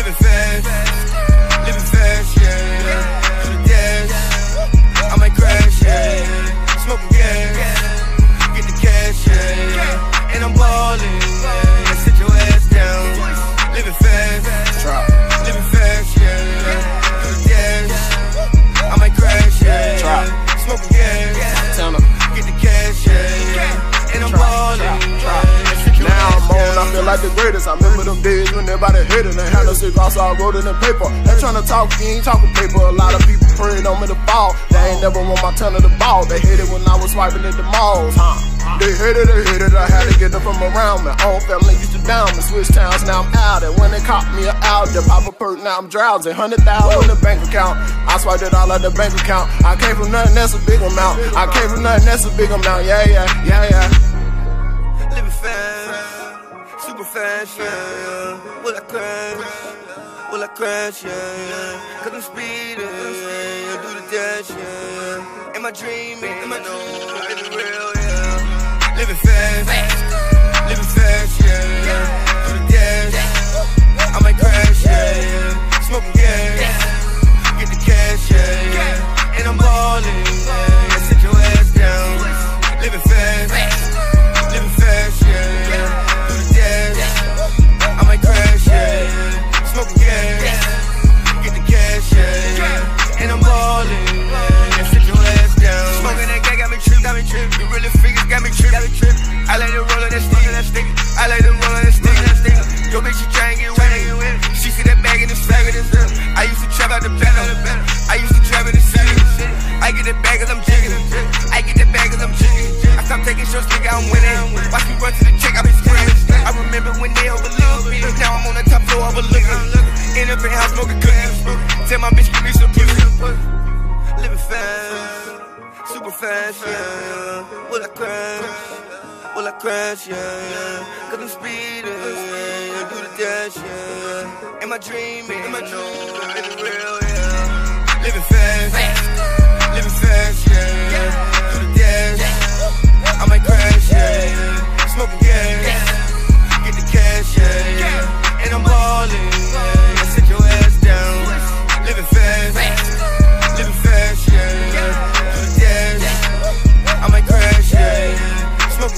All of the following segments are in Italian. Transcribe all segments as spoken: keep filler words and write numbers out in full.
Living fast, living fast, yeah. To the dash, I might crash, yeah. Smoking gas, get the cash, yeah. And I'm ballin', yeah. Sit your ass down. Living fast, living fast, yeah. To the dash, I might crash, yeah. Smoking gas, get the cash, yeah. And I'm ballin', yeah. Now I'm on, I feel like the greatest. I remember them days when everybody hated and had no cigar, so I wrote it in paper. They tryna talk, you ain't talking paper. A lot of people praying on me to fall. They ain't never want my turn of the ball. They hated when I was swiping at the malls. They hated, they hated, I had to get them from around me. Own family used to down me, switch towns, now I'm out. And when they caught me out, they pop a perk, now I'm drowsy. Hundred thousand in the bank account, I swiped it all out the bank account. I came from nothing, that's a big amount. I came from nothing, that's a big amount. Yeah, yeah, yeah, yeah. Living fast, super fast, yeah. Will I crash? Will I crash, yeah, yeah. Cause I'm speeding, yeah. Do the dash, yeah. Am I dreaming? Am I know? Is it real, yeah. Living fast, living fast, yeah. Do the dash, I might crash, yeah. Smoking gas, get the cash, yeah. And I'm ballin', yeah. Sit your ass down. Living fast, living fast, yeah. Do the dash, I might crash, yeah. Smoking gas, get the cash, yeah. And I'm ballin', yeah. Sit your ass down. Smoking that gas got me trippin', got me trippin'. You really figures got me trippin', got me trippin'. I like the roll of that stick, that stick. I like the roll of that stick, that stick. Yo, bitch, she try and get with it. She see that bag in the swag of this. I used to trap out the back of the back. I used to trap in the city. I get that bag cause I'm jigging. I get that bag cause I'm jigging. I stop taking shots, nigga, I'm winning. Watch me run to the check, I been screaming. I remember when they overlooked me. Now I'm on the top floor overlooking. In the penthouse smoking cookies. Tell my bitch give me some pussy. Living fast, super fast, yeah. Will I crash? Will I crash, yeah, yeah. Cause I'm speeding, yeah. Do the dash, yeah. Am I dreaming? Am I dreaming? Is it real, yeah. Living fast, living fast, yeah. Do the dash, I might crash, yeah. Smoking gas, get the cash, yeah. And I'm ballin', yeah. Sit your ass down. Living fast, living fast, yeah. Do the dash, I might crash, yeah. Smoking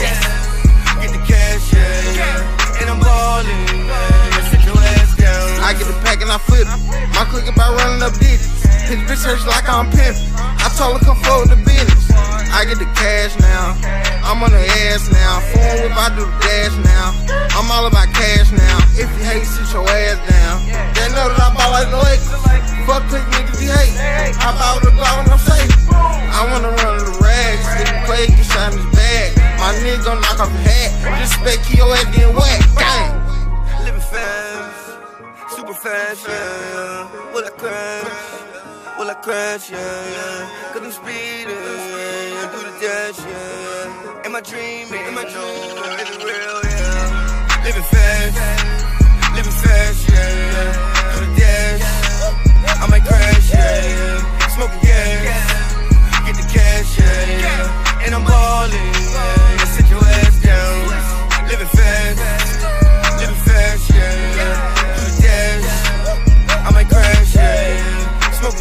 gas, get the cash, yeah. And I'm ballin', yeah. Sit your ass down. I get the pack and I flip it. My click about running up digits. His bitch hurts like I'm pimpin'. I told her come forward the business. I get the cash now. I'm on the ass now. Phone whip, I do the dash now. I'm all about cash now. If you hate, sit your ass down. They know that I ball like the Lakers. Fuck quick niggas you hate. I ball the ball and I'm safe. I wanna run the rags. If you play, you shine his bag. My nigga gon' knock off your hat. Respect your ass, then whack. Gang. Living fast, super fast, yeah. Will I crash? Will I crash, yeah, yeah. Cause I'm speeding, yeah. Do the dash, yeah. Am I dreaming? Am I dreaming? Is it real, yeah. Living fast, living fast, yeah. Do the dash, I might crash, yeah. Smoking gas, get the cash, yeah. And I'm ballin', yeah. Sit your ass down. Living fast, living fast, yeah. Do the dash, I might crash, yeah. Smoking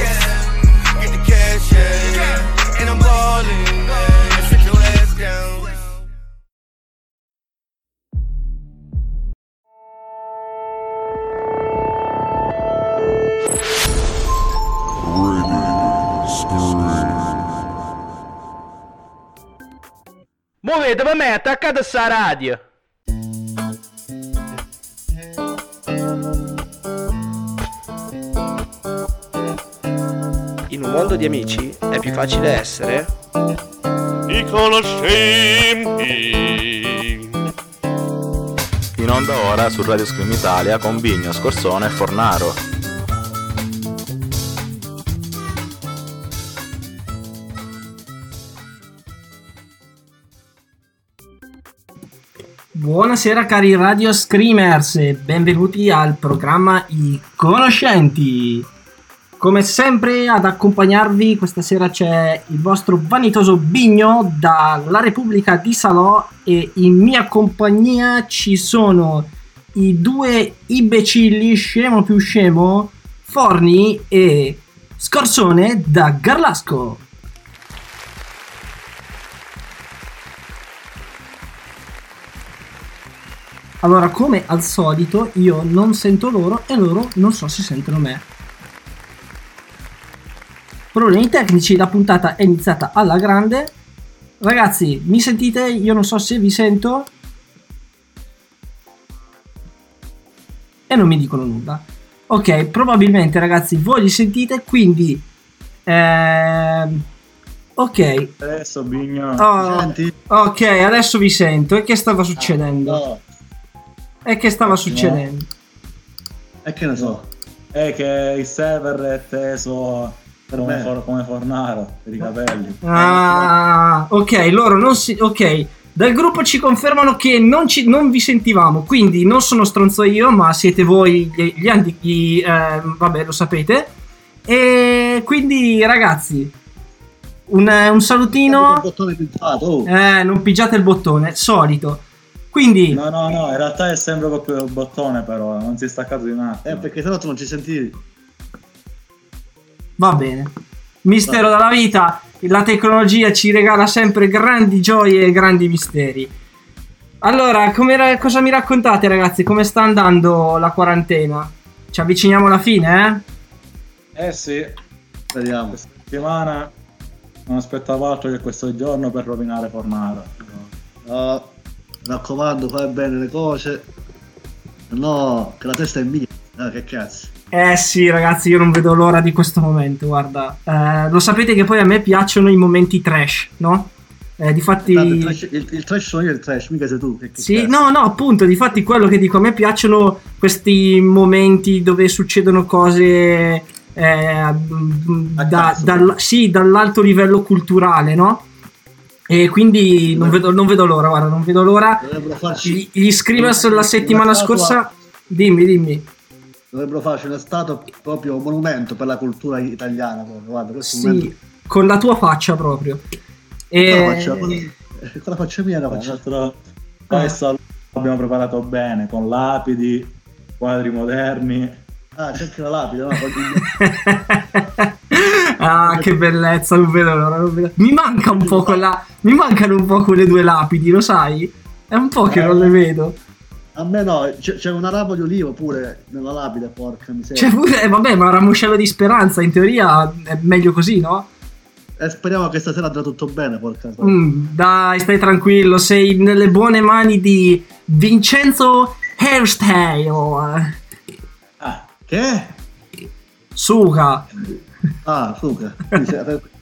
gas, get the cash, yeah. And I'm ballin', yeah. Sit your ass down. Muovete per me, attaccate sta radio. In un mondo di amici è più facile essere i conoscenti. In onda ora su Radio Scream Italia con Vigno, Scorsone e Fornaro. Buonasera cari Radio Screamers e benvenuti al programma I Conoscenti. Come sempre ad accompagnarvi questa sera c'è il vostro vanitoso Bigno dalla Repubblica di Salò e in mia compagnia ci sono i due imbecilli, scemo più scemo, Forni e Scorsone da Garlasco. Allora, come al solito, io non sento loro e loro non so se sentono me. Problemi tecnici, la puntata è iniziata alla grande. Ragazzi, mi sentite? Io non so se vi sento. E non mi dicono nulla. Ok, probabilmente ragazzi voi li sentite, quindi... Ehm... Ok. Adesso Bigno, Oh, senti? ok, adesso vi sento. E che stava succedendo? No, E che stava succedendo? E che ne so. è che il server è teso Per come, me. for- come Fornaro per i capelli. Ah, ok, loro non si... Ok, dal gruppo ci confermano che non, ci, non vi sentivamo, quindi non sono stronzo io, ma siete voi gli, gli antichi... Eh, vabbè, lo sapete. E quindi, ragazzi, un, un Il salutino... bottone pinzato, oh. Eh, non pigiate il bottone, solito. Quindi... No, no, no, in realtà è sempre proprio il bottone, però non si è staccato di un attimo. Eh, perché sennò tu non ci sentivi. Va bene. Mistero della vita. La tecnologia ci regala sempre grandi gioie e grandi misteri. Allora, come ra- cosa mi raccontate, ragazzi? Come sta andando la quarantena? Ci avviciniamo alla fine, eh? Eh sì, Vediamo. questa settimana non aspettavo altro che questo giorno per rovinare Fornaro. No, mi raccomando, fai bene le cose. No, che la testa è mia. Ah, che cazzo. Eh sì, ragazzi, io non vedo l'ora di questo momento, guarda. Eh, lo sapete che poi a me piacciono i momenti trash, no? Eh, difatti... Tanto Il trash, il, il trash sono io il trash, mica sei tu. Che, che Sì, cazzo. no, no, appunto, difatti quello che dico, a me piacciono questi momenti dove succedono cose eh, da, caso. dal- sì, dall'alto livello culturale, no? E quindi non vedo, non vedo l'ora, guarda, non vedo l'ora. Dovrebbero farci, Gli, gli Screamers la settimana una statua- scorsa... Dimmi, dimmi. dovrebbero farci una statua proprio un monumento per la cultura italiana. Proprio. Guarda, questo è un Sì, con la tua faccia proprio. E... Con la faccia, con con la faccia mia la Il faccia. nostro questo l'abbiamo preparato bene, con lapidi, quadri moderni. Ah, c'è anche la lapide, no? Poi- Ah, che bellezza, non vedo l'ora, non vedo- Mi manca un po' quella. Mi mancano un po' quelle due lapidi, lo sai? È un po' che non le vedo. A me no, c'è, c'è una ramo di olivo pure nella lapide, porca miseria. Cioè, pure, eh, vabbè, ma ramoscello di speranza, in teoria è meglio così, no? E speriamo che stasera andrà tutto bene, porca miseria. Mm, dai, stai tranquillo, sei nelle buone mani di Vincenzo Hairstyle. Ah, Che? Suga. Ah, suca. Mi sa-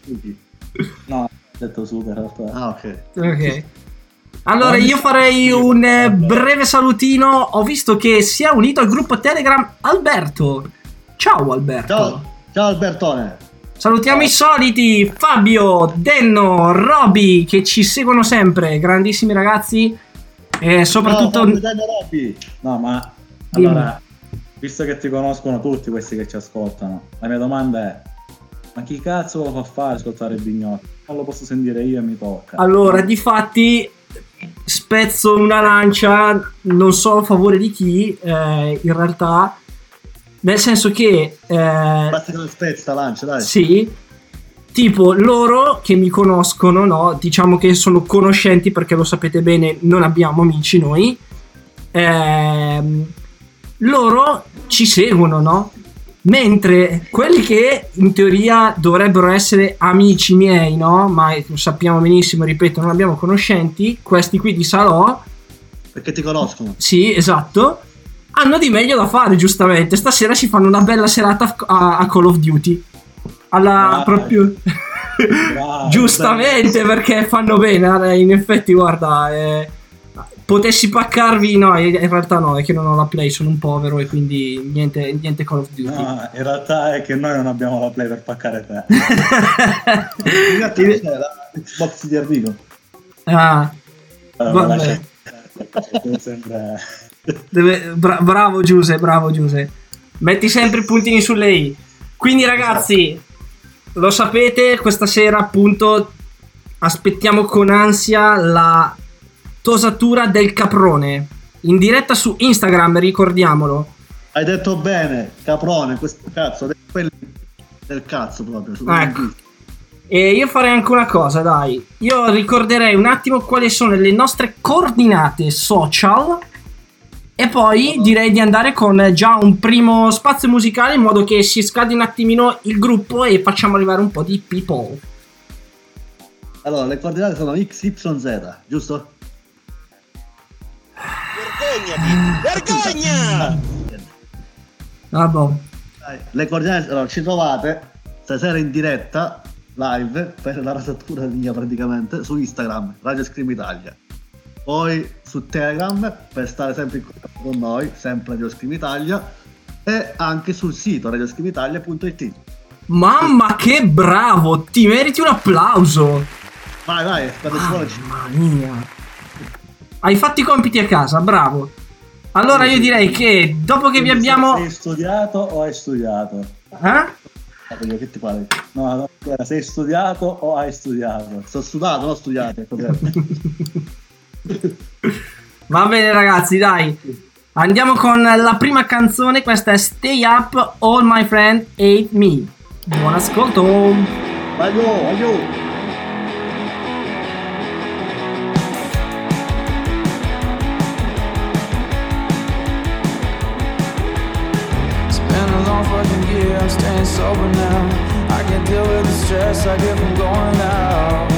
no, ho detto super in realtà. Ah, ok. Ok. Allora io farei un eh, breve salutino. Ho visto che si è unito al gruppo Telegram Alberto. Ciao Alberto. Ciao, ciao Albertone. Salutiamo i soliti Fabio, Denno, Roby che ci seguono sempre, grandissimi ragazzi. E soprattutto Ciao, Fabio, Robby. No, ma Dimmi. allora, visto che ti conoscono tutti questi che ci ascoltano, la mia domanda è: ma chi cazzo lo fa fare ascoltare Bignotti? Non lo posso sentire io e mi tocca. allora difatti spezzo una lancia, non so a favore di chi, eh, in realtà, nel senso che eh, Basta che lo spezza, lancia, dai. sì, tipo loro che mi conoscono, no? Diciamo che sono conoscenti perché lo sapete bene, non abbiamo amici noi. Ehm, loro ci seguono, no? Mentre quelli che in teoria dovrebbero essere amici miei, no? Ma lo sappiamo benissimo, ripeto, non abbiamo conoscenti, questi qui di Salò, Perché ti conoscono. sì, esatto, hanno di meglio da fare, giustamente. Stasera si fanno una bella serata a, a Call of Duty. Alla Bravo. proprio... Bravo, giustamente, perché fanno bene, eh, in effetti, guarda, eh, potessi paccarvi, no, in in realtà no, è che non ho la Play, sono un povero e quindi niente, niente Call of Duty. No, in realtà è che noi non abbiamo la play per paccare te. In realtà c'è la Xbox di Enrico. Ah, Allora, vabbè. lascia- sempre... deve- bra- bravo Giuse, bravo Giuse. Metti sempre i puntini sulle i. Quindi ragazzi, lo sapete, questa sera appunto aspettiamo con ansia la tosatura del caprone. in diretta su Instagram, ricordiamolo. Hai detto bene, caprone, questo cazzo, quelli del cazzo proprio. Ecco. E io farei anche una cosa, dai. Io ricorderei un attimo quali sono le nostre coordinate social e poi direi di andare con già un primo spazio musicale in modo che si scaldi un attimino il gruppo e facciamo arrivare un po' di people. Allora, le coordinate sono X Y Z, giusto? Vergognati! Vergogna! Ah, boh. Dai, le coordinate, allora, ci trovate stasera in diretta, live, per la rasatura mia praticamente, su Instagram, Radio Scream Italia. Poi su Telegram, per stare sempre in contatto con noi, sempre Radio Scream Italia, e anche sul sito radio scream italia punto it. Mamma che bravo, ti meriti un applauso. Vai, vai, quando ci vuole ci... Mamma mia. Hai fatto i compiti a casa, bravo. Allora io direi che dopo che vi abbiamo... Sei studiato o hai studiato? Eh? Che ti pare? No, no, sei studiato o hai studiato? Sto studiato, non ho studiato. Va bene ragazzi, dai. Andiamo con la prima canzone, questa è Stay Up, All My Friend Hate Me. Buon ascolto. Vai, vai. I'm staying sober now. I can't deal with the stress I get from going out.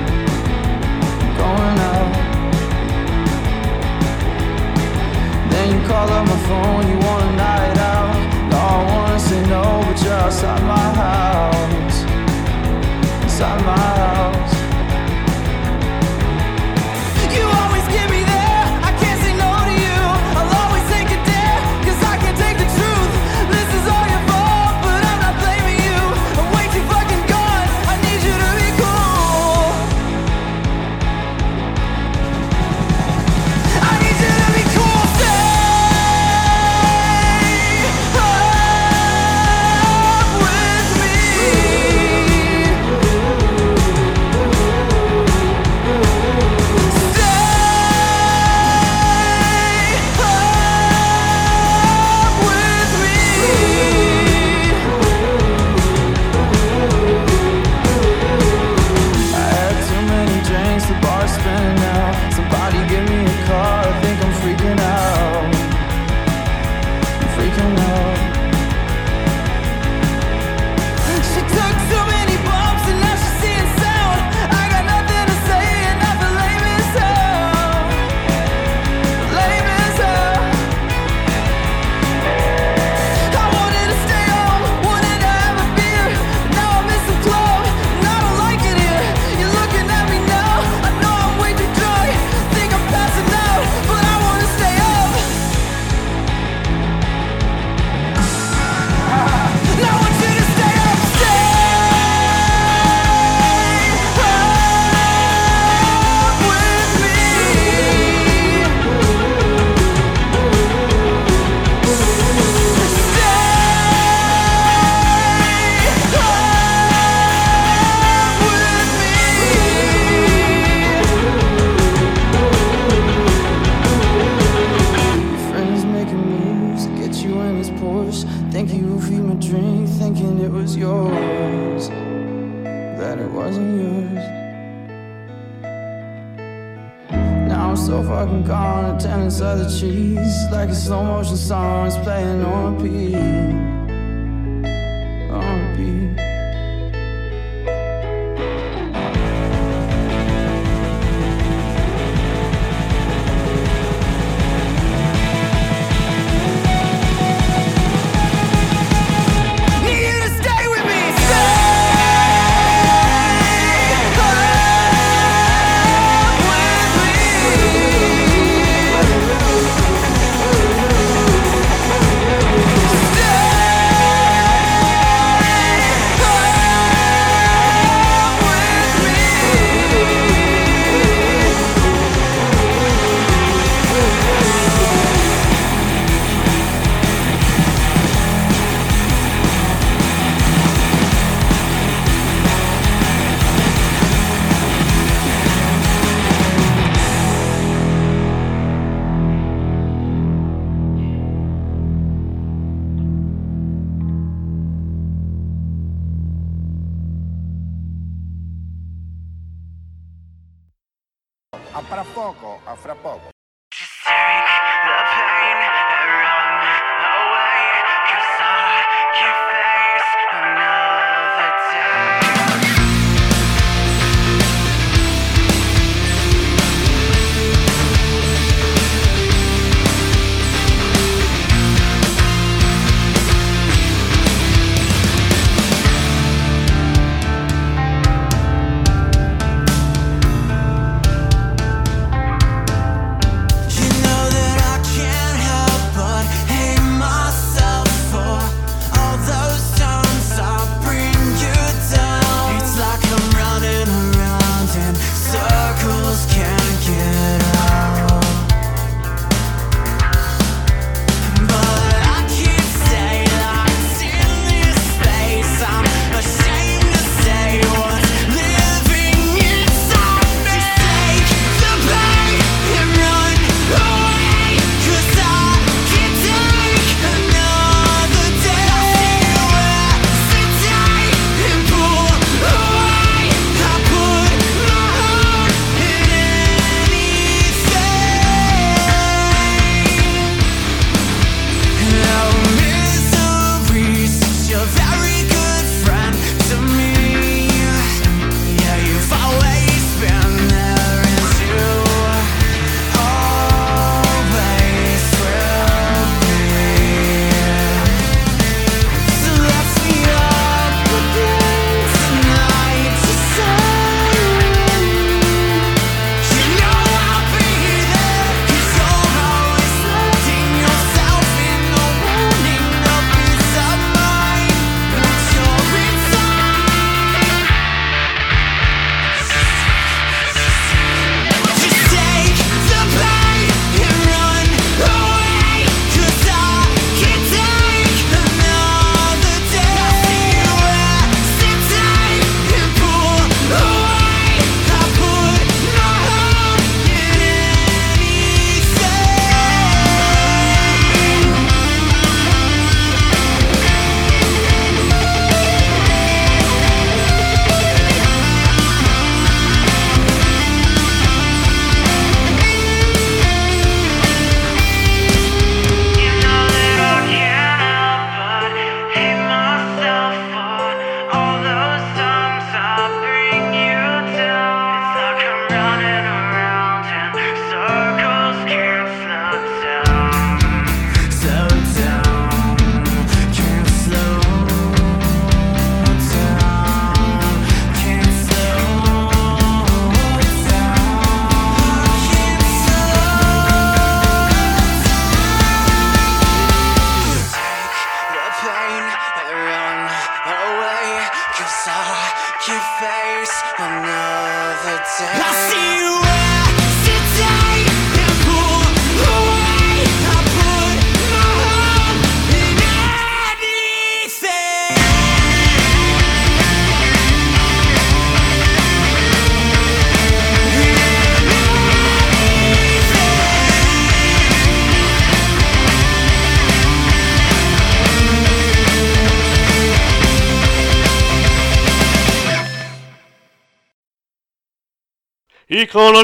Going out. Then you call up my phone, you want a night out. No, I wanna say no, but you're outside my house. Inside my house. You always give me there, I can't say no to you. I'll always take a dare, cause I can't take the truth. This is all your fault. So fucking gone, attendance of the cheese. Like a slow motion song, it's playing on repeat. On repeat. Stay A fra poco, a fra poco. I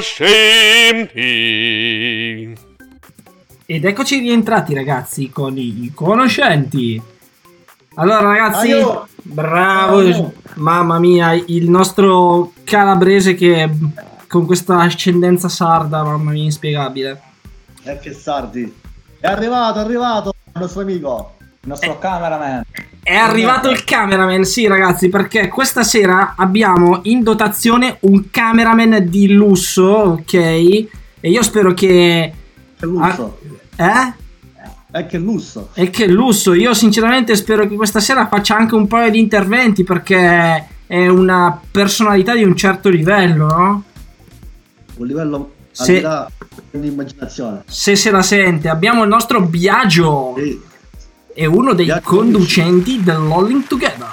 conoscenti. Ed eccoci rientrati, ragazzi, con i conoscenti. Allora, ragazzi, Aio. bravo, Aio. mamma mia, il nostro calabrese che con questa ascendenza sarda, mamma mia, inspiegabile. Eh, che sardi. È arrivato, è arrivato il nostro amico, il nostro cameraman. È arrivato il cameraman, sì ragazzi, perché questa sera abbiamo in dotazione un cameraman di lusso, ok? E io spero che... Che lusso. Eh? È che lusso. E che lusso, io sinceramente spero che questa sera faccia anche un paio di interventi, perché è una personalità di un certo livello, no? Un livello al Se- di là dell'immaginazione. Se se la sente. Abbiamo il nostro Biagio, Sì. è uno dei Biagio conducenti dell'Alling Together.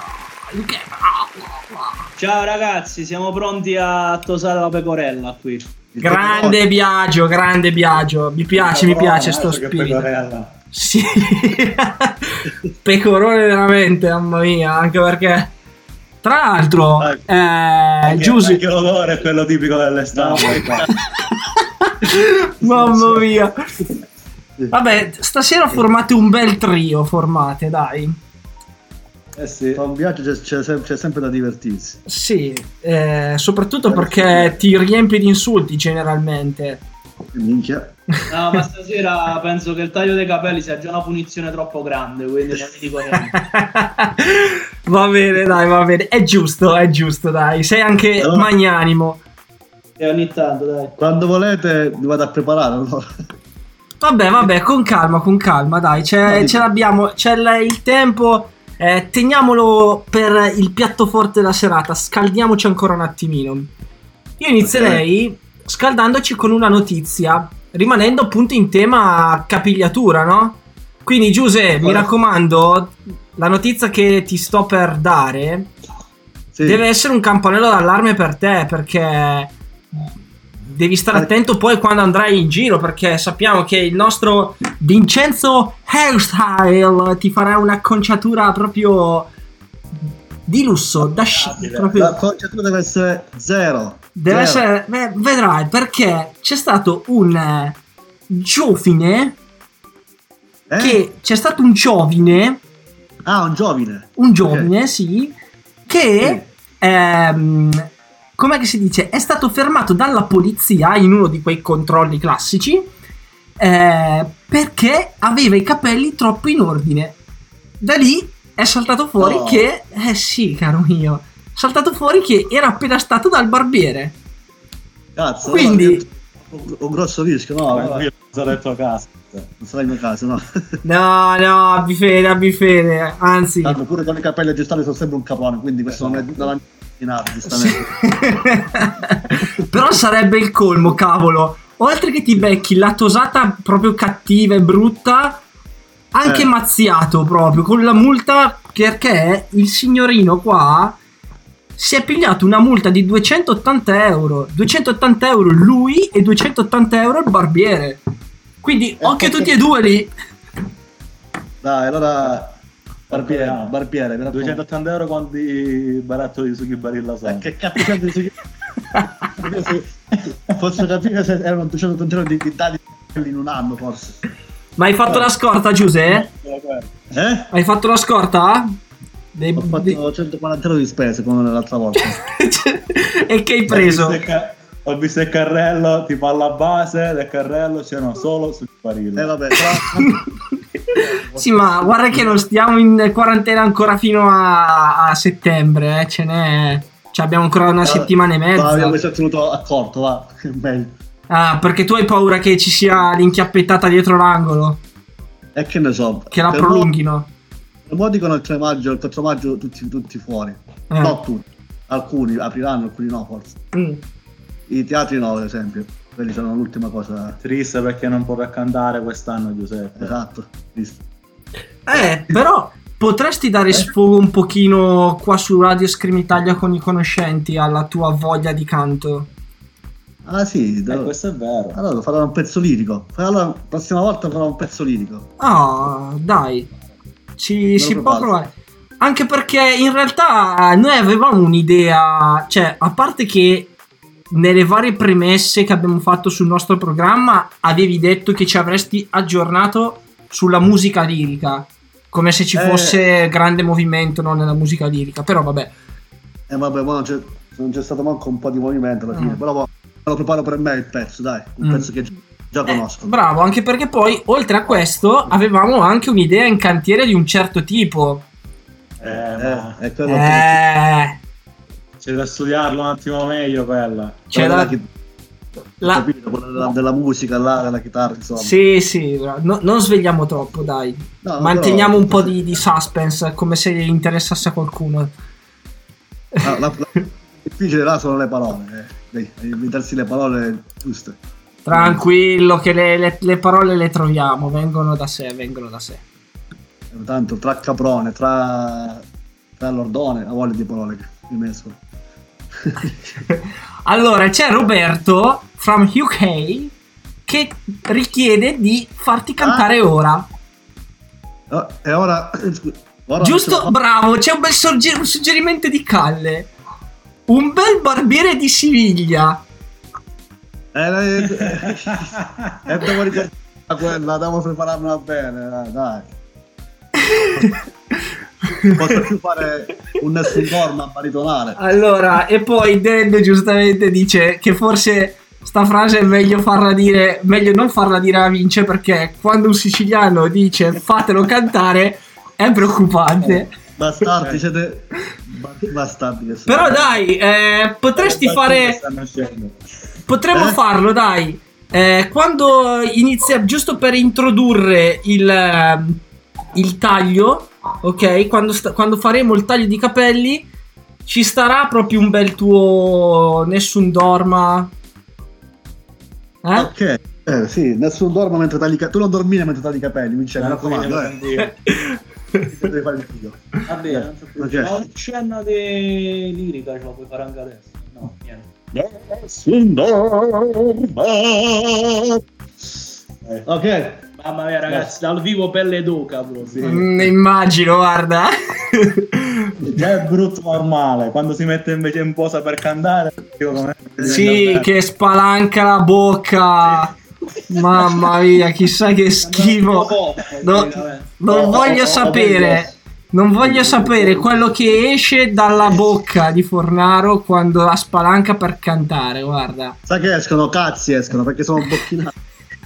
Ciao ragazzi, siamo pronti a tosare la pecorella qui. Il Grande pecorone. Biagio, grande Biagio, mi piace, mi piace sto Altro che spirito. pecorella. Sì. Pecorone veramente, mamma mia, anche perché tra l'altro eh, Anche- Giusy anche l'odore è quello tipico dell'estate. Mamma mia. Vabbè, stasera formate un bel trio, formate, dai. Eh sì. Fa un viaggio, c'è, c'è, sem- c'è sempre da divertirsi. Sì, eh, soprattutto perché ti riempi di insulti generalmente. Minchia. No, ma stasera penso che il taglio dei capelli sia già una punizione troppo grande, quindi non ti dico niente. Va bene, dai, va bene. È giusto, è giusto, dai. Sei anche allora, magnanimo. E ogni tanto, dai. Quando volete vi vado a preparare, allora. Vabbè, vabbè, con calma, con calma, dai. C'è, no, ce l'abbiamo, c'è l- il tempo. Eh, teniamolo per il piatto forte della serata. Scaldiamoci ancora un attimino. Io inizierei okay. scaldandoci con una notizia, rimanendo appunto in tema capigliatura, no? Quindi Giuseppe, mi raccomando, la notizia che ti sto per dare sì. deve essere un campanello d'allarme per te, perché devi stare attento poi quando andrai in giro, perché sappiamo che il nostro Vincenzo Hairstyle ti farà un'acconciatura proprio di lusso, da sci- proprio... L'acconciatura deve essere zero. Deve zero. essere, beh, vedrai, perché c'è stato un eh, giovine eh? che c'è stato un giovine ah un giovine un giovine okay. sì che sì. Ehm, com'è che si dice, è stato fermato dalla polizia in uno di quei controlli classici eh, perché aveva i capelli troppo in ordine. Da lì è saltato fuori oh. che eh sì caro mio è saltato fuori che era appena stato dal barbiere. Cazzo, quindi un, un grosso rischio. No, no, io non sarà il tuo caso, non sarà il mio caso, no. No, no, abbi fede, abbi fede, anzi tanto pure con i capelli aggiustati sono sempre un caprone, quindi questo non è davanti a giustamente. Sì. Però sarebbe il colmo, cavolo. Oltre che ti becchi la tosata proprio cattiva e brutta, anche eh. mazziato proprio con la multa, perché il signorino qua si è pigliato una multa di duecentottanta euro. duecentottanta euro lui e duecentottanta euro il barbiere. Quindi eh, occhio a tutti e due lì. Dai, allora barbiere, barbiere duecentottanta euro quanti barattoli di Sughi Barilla sono? Eh, che cazzo di Sughi? Posso capire se erano duecentottanta euro di, di tagli in un anno forse. Ma hai fatto eh. la scorta, Giuseppe? Eh? Hai fatto la scorta? Dei, ho fatto dei... centoquaranta euro di spese come l'altra volta. E che hai preso? Ho visto, ca- ho visto il carrello tipo alla base del carrello c'erano solo sul barilo. Eh vabbè, sì, ma guarda che non stiamo in quarantena ancora fino a, a settembre, eh. Ce n'è, cioè abbiamo ancora una allora, settimana e mezza. Ma mi sono tenuto accorto, va, che meglio. Ah, perché tu hai paura che ci sia l'inchiappettata dietro l'angolo? E che ne so. Che la prolunghino. Mo dicono il tre maggio, il quattro maggio tutti, tutti fuori. Eh. No tutti. Alcuni apriranno, alcuni no forse. Mm. I teatri no, ad esempio. Quelli sono l'ultima cosa. Triste perché non potrà cantare quest'anno Giuseppe. Esatto, triste. Eh, però potresti dare sfogo un pochino qua su Radio Scream Italia con i conoscenti alla tua voglia di canto. Ah sì, eh, questo è vero. Allora farò un pezzo lirico. Allora la prossima volta farò un pezzo lirico. Ah, oh, dai. Ci si può provare. Anche perché in realtà noi avevamo un'idea, cioè a parte che nelle varie premesse che abbiamo fatto sul nostro programma avevi detto che ci avresti aggiornato sulla musica lirica, come se ci fosse eh, grande movimento, no, nella musica lirica, però vabbè. Eh vabbè, ma non c'è, non c'è stato manco un po' di movimento alla fine, ah. però me lo preparo per me il pezzo, dai, un mm. pezzo che già conosco. Eh, bravo, anche perché poi oltre a questo avevamo anche un'idea in cantiere di un certo tipo. Eh, eh, è quello eh. C'è da studiarlo un attimo meglio quella. C'è da... La... Capito, quella della musica, là, della chitarra, insomma. Sì, sì, no, non svegliamo troppo, dai. No, manteniamo però... un po' di, di suspense, come se interessasse a qualcuno. No, la, la... difficile là sono le parole, eh. Inventarsi le parole giuste. Tranquillo, che le, le, le parole le troviamo, vengono da sé, vengono da sé. Tanto tra caprone, tra, tra l'ordone, la voglia di parole che mi messo. Allora c'è Roberto from U K che richiede di farti cantare ah. ora. Oh, e ora, ora giusto, bravo, c'è un bel sorge- un suggerimento di Calle. Un bel barbiere di Siviglia. Eh, eh, eh, devo ricordare quella, devo prepararmela bene, dai. Posso più fare un nessun dorma baritonale. Allora, e poi Dan giustamente dice che forse sta frase è meglio farla dire, meglio non farla dire a Vince, perché quando un siciliano dice fatelo cantare è preoccupante. Bastardi, siete bastardi che sono. Però dai, eh, potresti fare, potremmo Eh? farlo, dai. Eh, quando inizia, giusto per introdurre il, ehm, il taglio, ok? Quando, sta- quando faremo il taglio di capelli, ci starà proprio un bel tuo nessun dorma. Eh? Ok, eh, sì, nessun dorma mentre tagli i capelli. Tu non dormire mentre tagli i capelli, mi mi raccomando, eh. Devi fare il figlio. Va bene, non c'è più. Ok. Ma un cenno di lirica ce la puoi fare anche adesso? No, niente. Nessun dorma. Ok. Mamma mia, ragazzi, dal vivo pelle d'oca proprio. Mm, immagino, guarda. Già è brutto normale, quando si mette invece in posa per cantare. Io come... Sì, che spalanca la bocca. Mamma mia, chissà che schifo. No, non voglio sapere. Non voglio sapere quello che esce dalla bocca di Fornaro quando la spalanca per cantare, guarda. Sai che escono? Cazzi escono perché sono bocchinati.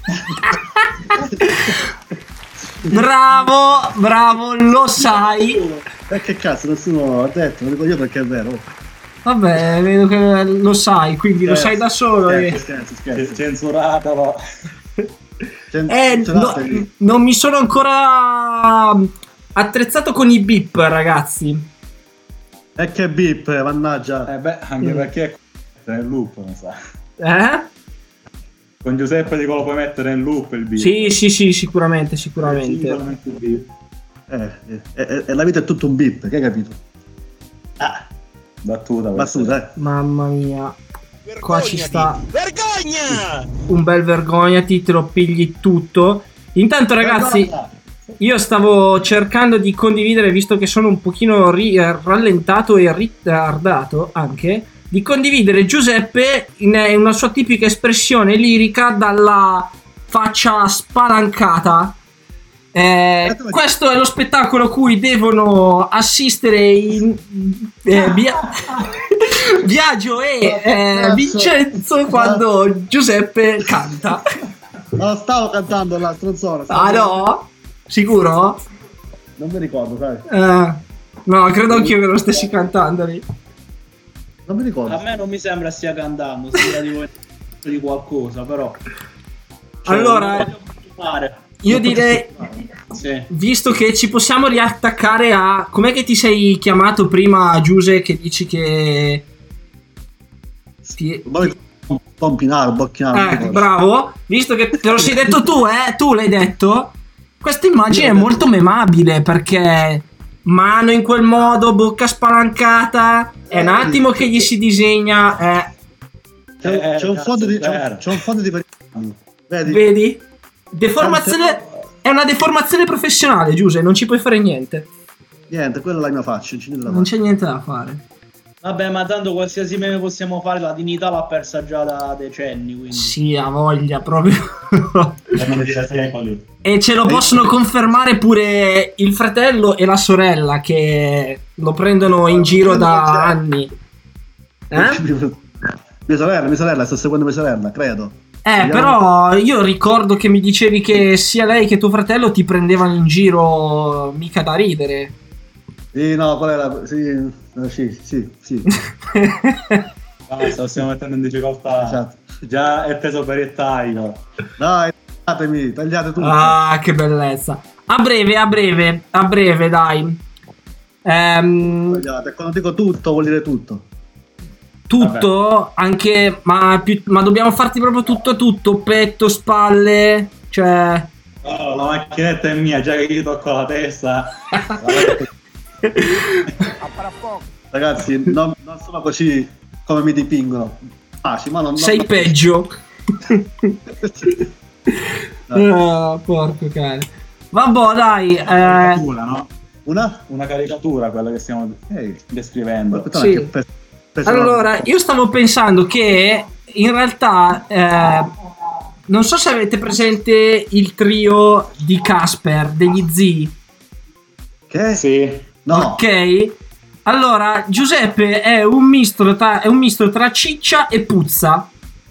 Bravo, bravo, lo sai. E che cazzo, nessuno ha detto, lo dico io perché è vero. Vabbè, vedo che lo sai, quindi lo sai da solo. Scherzo, e- scherzo, scherzo. Censuratelo. Cen- Eh, censurate- no, non mi sono ancora attrezzato con i beep, ragazzi. E che beep, mannaggia. Eh beh, anche perché è nel loop, mi sa. Eh? Con Giuseppe dico lo puoi mettere in loop il beat. Sì, sì, sì, sicuramente, sicuramente. Sicuramente il beat. Eh, eh, eh, eh, la vita è tutto un beep, che hai capito? Ah, Battuta. battuta, eh. Mamma mia. Qua ci sta Vergogna! un bel vergognati, te lo pigli tutto. Intanto, ragazzi, io stavo cercando di condividere, visto che sono un pochino ri- eh, rallentato e ritardato anche, di condividere Giuseppe in in una sua tipica espressione lirica dalla faccia spalancata. Eh, questo è lo spettacolo a cui devono assistere in, eh, Bia- Biagio e eh, Vincenzo quando Giuseppe canta. Non stavo cantando la stronzona. Ah no? Sicuro? Non mi ricordo, sai. Eh, no, credo anch'io che lo stessi cantando lì. Non mi ricordo. A me non mi sembra stia cantando, sembra di, di qualcosa, però. Cioè, Allora, non voglio continuare. io direi, Sì. visto che ci possiamo riattaccare a... Com'è che ti sei chiamato prima, Giuse, che dici che... Ti... Pompinaro, Bocchinaro. non Eh, ricordo. bravo. Visto che te lo sei detto tu, eh, tu l'hai detto. Questa immagine è molto memabile perché mano in quel modo, bocca spalancata. È un attimo che gli si disegna. Eh, C'è, c'è un cazzo, fondo di, c'è, vero. un- c'è un fondo di periodi. Vedi? vedi? Deformazione. È una deformazione professionale, Giuse. Non ci puoi fare niente. Niente, quella è la mia faccia. Non c'è niente da Non fare. c'è niente da fare. Vabbè, ma tanto qualsiasi meme possiamo fare, la dignità l'ha persa già da decenni, quindi. Sì, ha voglia proprio. Erano di secoli. E ce lo possono confermare pure il fratello e la sorella che lo prendono in giro da anni. Eh? Mia sorella, mia sorella, sto seguendo mia sorella, credo. Eh, Vediamo. però io ricordo che mi dicevi che sia lei che tuo fratello ti prendevano in giro mica da ridere. Sì, no, qual era? Sì, eh, sì, sì, sì. Basta, lo stiamo mettendo in difficoltà. Esatto. Già è preso per il taglio. Dai, tagliatemi, tagliate tutto. Ah, che bellezza. A breve, a breve, a breve, dai. Ehm, Tagliate. Quando dico tutto, vuol dire tutto. tutto, anche, ma, più, ma dobbiamo farti proprio tutto, tutto, petto, spalle, cioè... Oh, la macchinetta è mia, già che gli tocco la testa. Ragazzi, non, non sono così come mi dipingono. Ah, sì, ma non, non- Sei peggio. Ah, porco cane. Vabbè, dai. Eh, Caricatura, no? Una? Una caricatura, quella che stiamo Ehi, descrivendo. aspetta, Sì. che pe- peso- allora, io stavo pensando che in realtà eh, non so se avete presente il trio di Casper, degli zii. Che? Sì. No. Ok. Allora, Giuseppe è un misto tra, è un misto tra ciccia e puzza.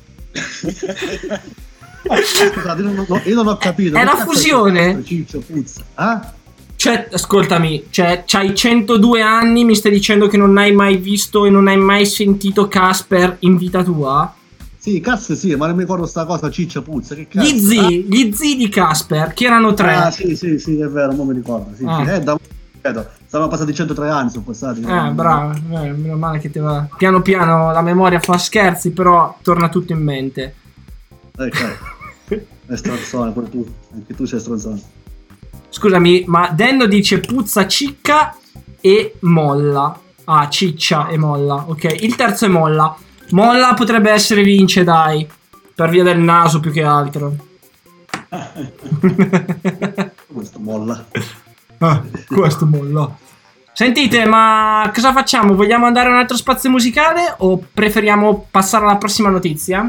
Scusate, io, non ho, io non ho capito. È Che una cazzo fusione. Ciccio, puzza. Ah? Cioè, ascoltami, cioè, c'hai centodue anni, mi stai dicendo che non hai mai visto e non hai mai sentito Casper in vita tua? Sì, cazzo sì, ma non mi ricordo sta cosa ciccia, puzza. Che cazzo? Gli zii, gli zii di Casper, che erano tre. Ah, sì, sì, sì, è vero, non mi ricordo. Sì, Ah. sì. Eh, da... Stavano passati centotré anni, sono passati. Eh, bravo, eh, meno male che te va. Piano piano la memoria fa scherzi, però torna tutto in mente. Ok. È stronzone, pure tu. Anche tu sei stronzone. Scusami, ma Denno dice puzza, cicca e molla. Ah, ciccia e molla. Ok, il terzo è molla. Molla potrebbe essere vince, dai. Per via del naso più che altro. Questo molla. Ah, questo molla. Sentite, ma cosa facciamo? Vogliamo andare a un altro spazio musicale o preferiamo passare alla prossima notizia?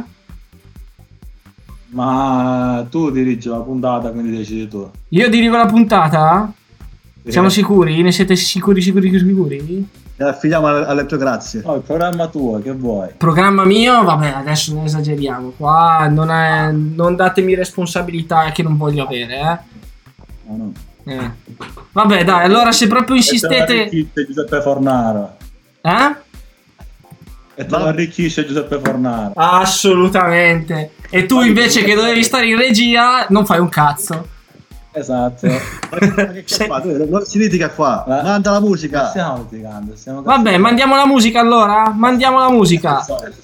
Ma tu dirigi la puntata, quindi decidi tu. Io dirigo la puntata? Sì. Siamo sicuri? Ne siete sicuri, sicuri, sicuri? E affidiamo alle, alle tue grazie. No, il programma tuo, che vuoi? Programma mio? Vabbè, adesso non esageriamo. Qua non, è, non datemi responsabilità che non voglio avere, eh. No, no. eh. Vabbè, dai, allora se proprio insistete... E te Giuseppe Fornaro. Eh? E te lo arricchisce Giuseppe Fornaro. Assolutamente. E tu invece che dovevi stare in regia non fai un cazzo. Esatto. Che fa? Non si litiga qua. La- Manda la musica. Stiamo litigando, stiamo Vabbè, mandiamo la musica allora? Mandiamo la musica.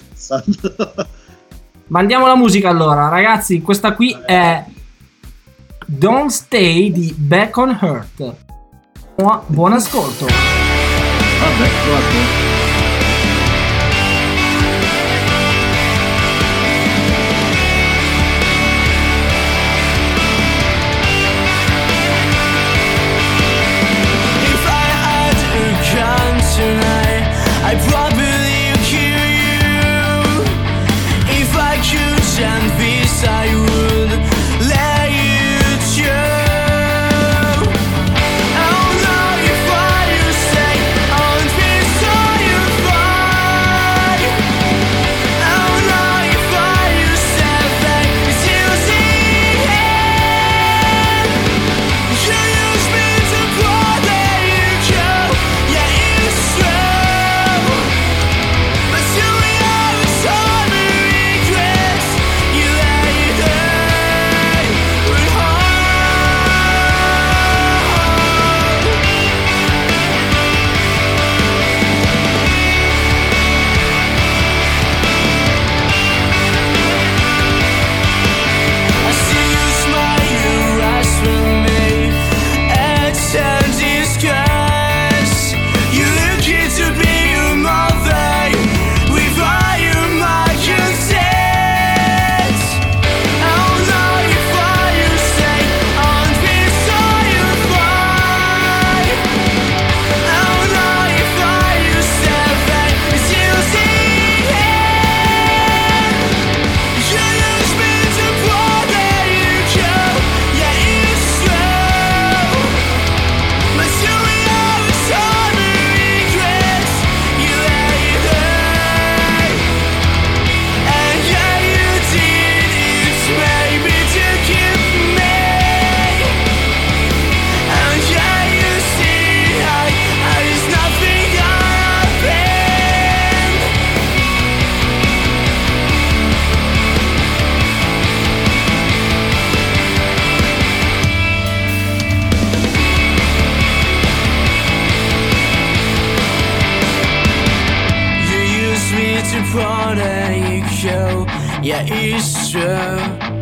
Mandiamo la musica allora, ragazzi. Questa qui è Don't Stay di Back on Earth. Buon- Buon ascolto. Vabbè, guarda. If I had a gun tonight, I'd probably kill you. If I could chant peace, I would let you choose. Oh no, if what you say on peace, are you fine? Oh no, if what you said that is using it. You use me to bother you, Joe. Yeah, it's true. But you have so many regrets. You let it hurt with heart. I see you smile, you rise with me. It's a disgrace. You look it to be your mother with all your consent. Oh no, if what you say on peace, are you fine? Oh no, if what you said that is using it. You use me to bother you, Joe. Yeah, it's true. But you have so many regrets. You let it hurt. And yeah, you did it maybe to keep me. And yeah, you see, I, I is nothing happened. You use me to protect you, yeah, it's true.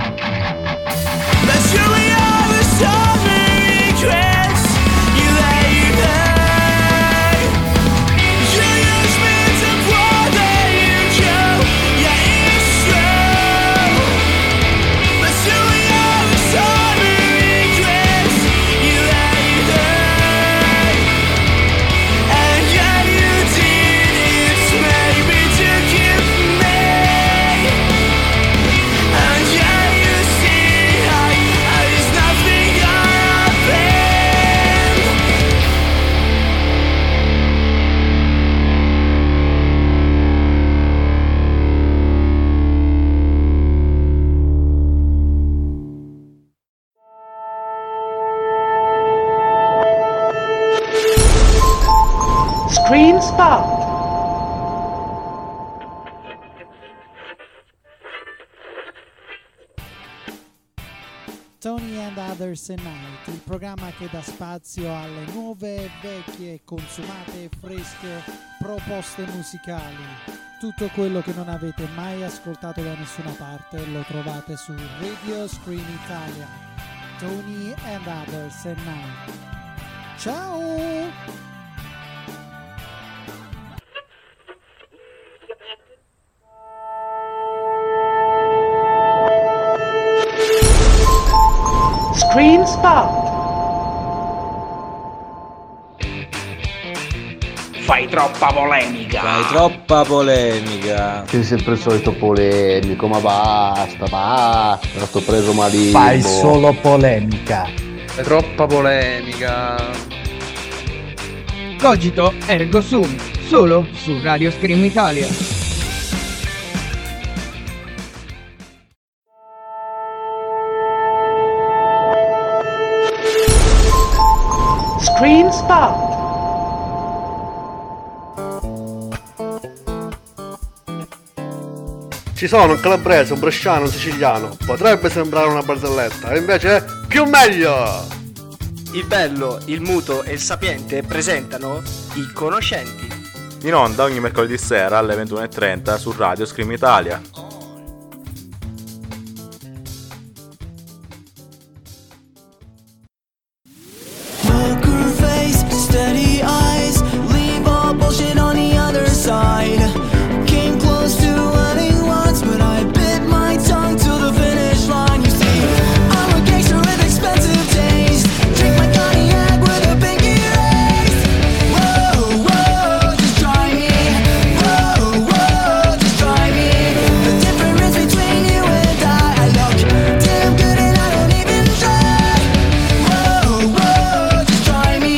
But you have so many regrets. You let it hurt. You use me to protect you, yeah, it's true. But you have so many regrets. You let it hurt. And yeah, you did it maybe to keep me. Screen Spot. Tony and Others at Night, il programma che dà spazio alle nuove, vecchie, consumate e fresche proposte musicali. Tutto quello che non avete mai ascoltato da nessuna parte lo trovate su Radio Screen Italia. Tony and Others at Night. Ciao! Screen Spot. Fai troppa polemica. Fai troppa polemica. Sei sempre il solito polemico, ma basta, basta, sto preso malissimo. Fai solo polemica. Fai troppa polemica. Cogito ergo sum, solo su Radio Scream Italia. Screen Spot. Ci sono un calabrese, un bresciano, un siciliano. Potrebbe sembrare una barzelletta, e invece è più meglio! Il bello, il muto e il sapiente presentano I Conoscenti. In onda ogni mercoledì sera alle ventuno e trenta su Radio Scream Italia. Steady eyes, leave all bullshit on the other side. Came close to letting once, but I bit my tongue till the finish line. You see, I'm a gangster with expensive taste. Drink my cognac with a pinky race. Whoa, whoa, just try me. Whoa, whoa, just try me. The difference between you and I, I look damn good and I don't even try. Whoa, whoa, just try me.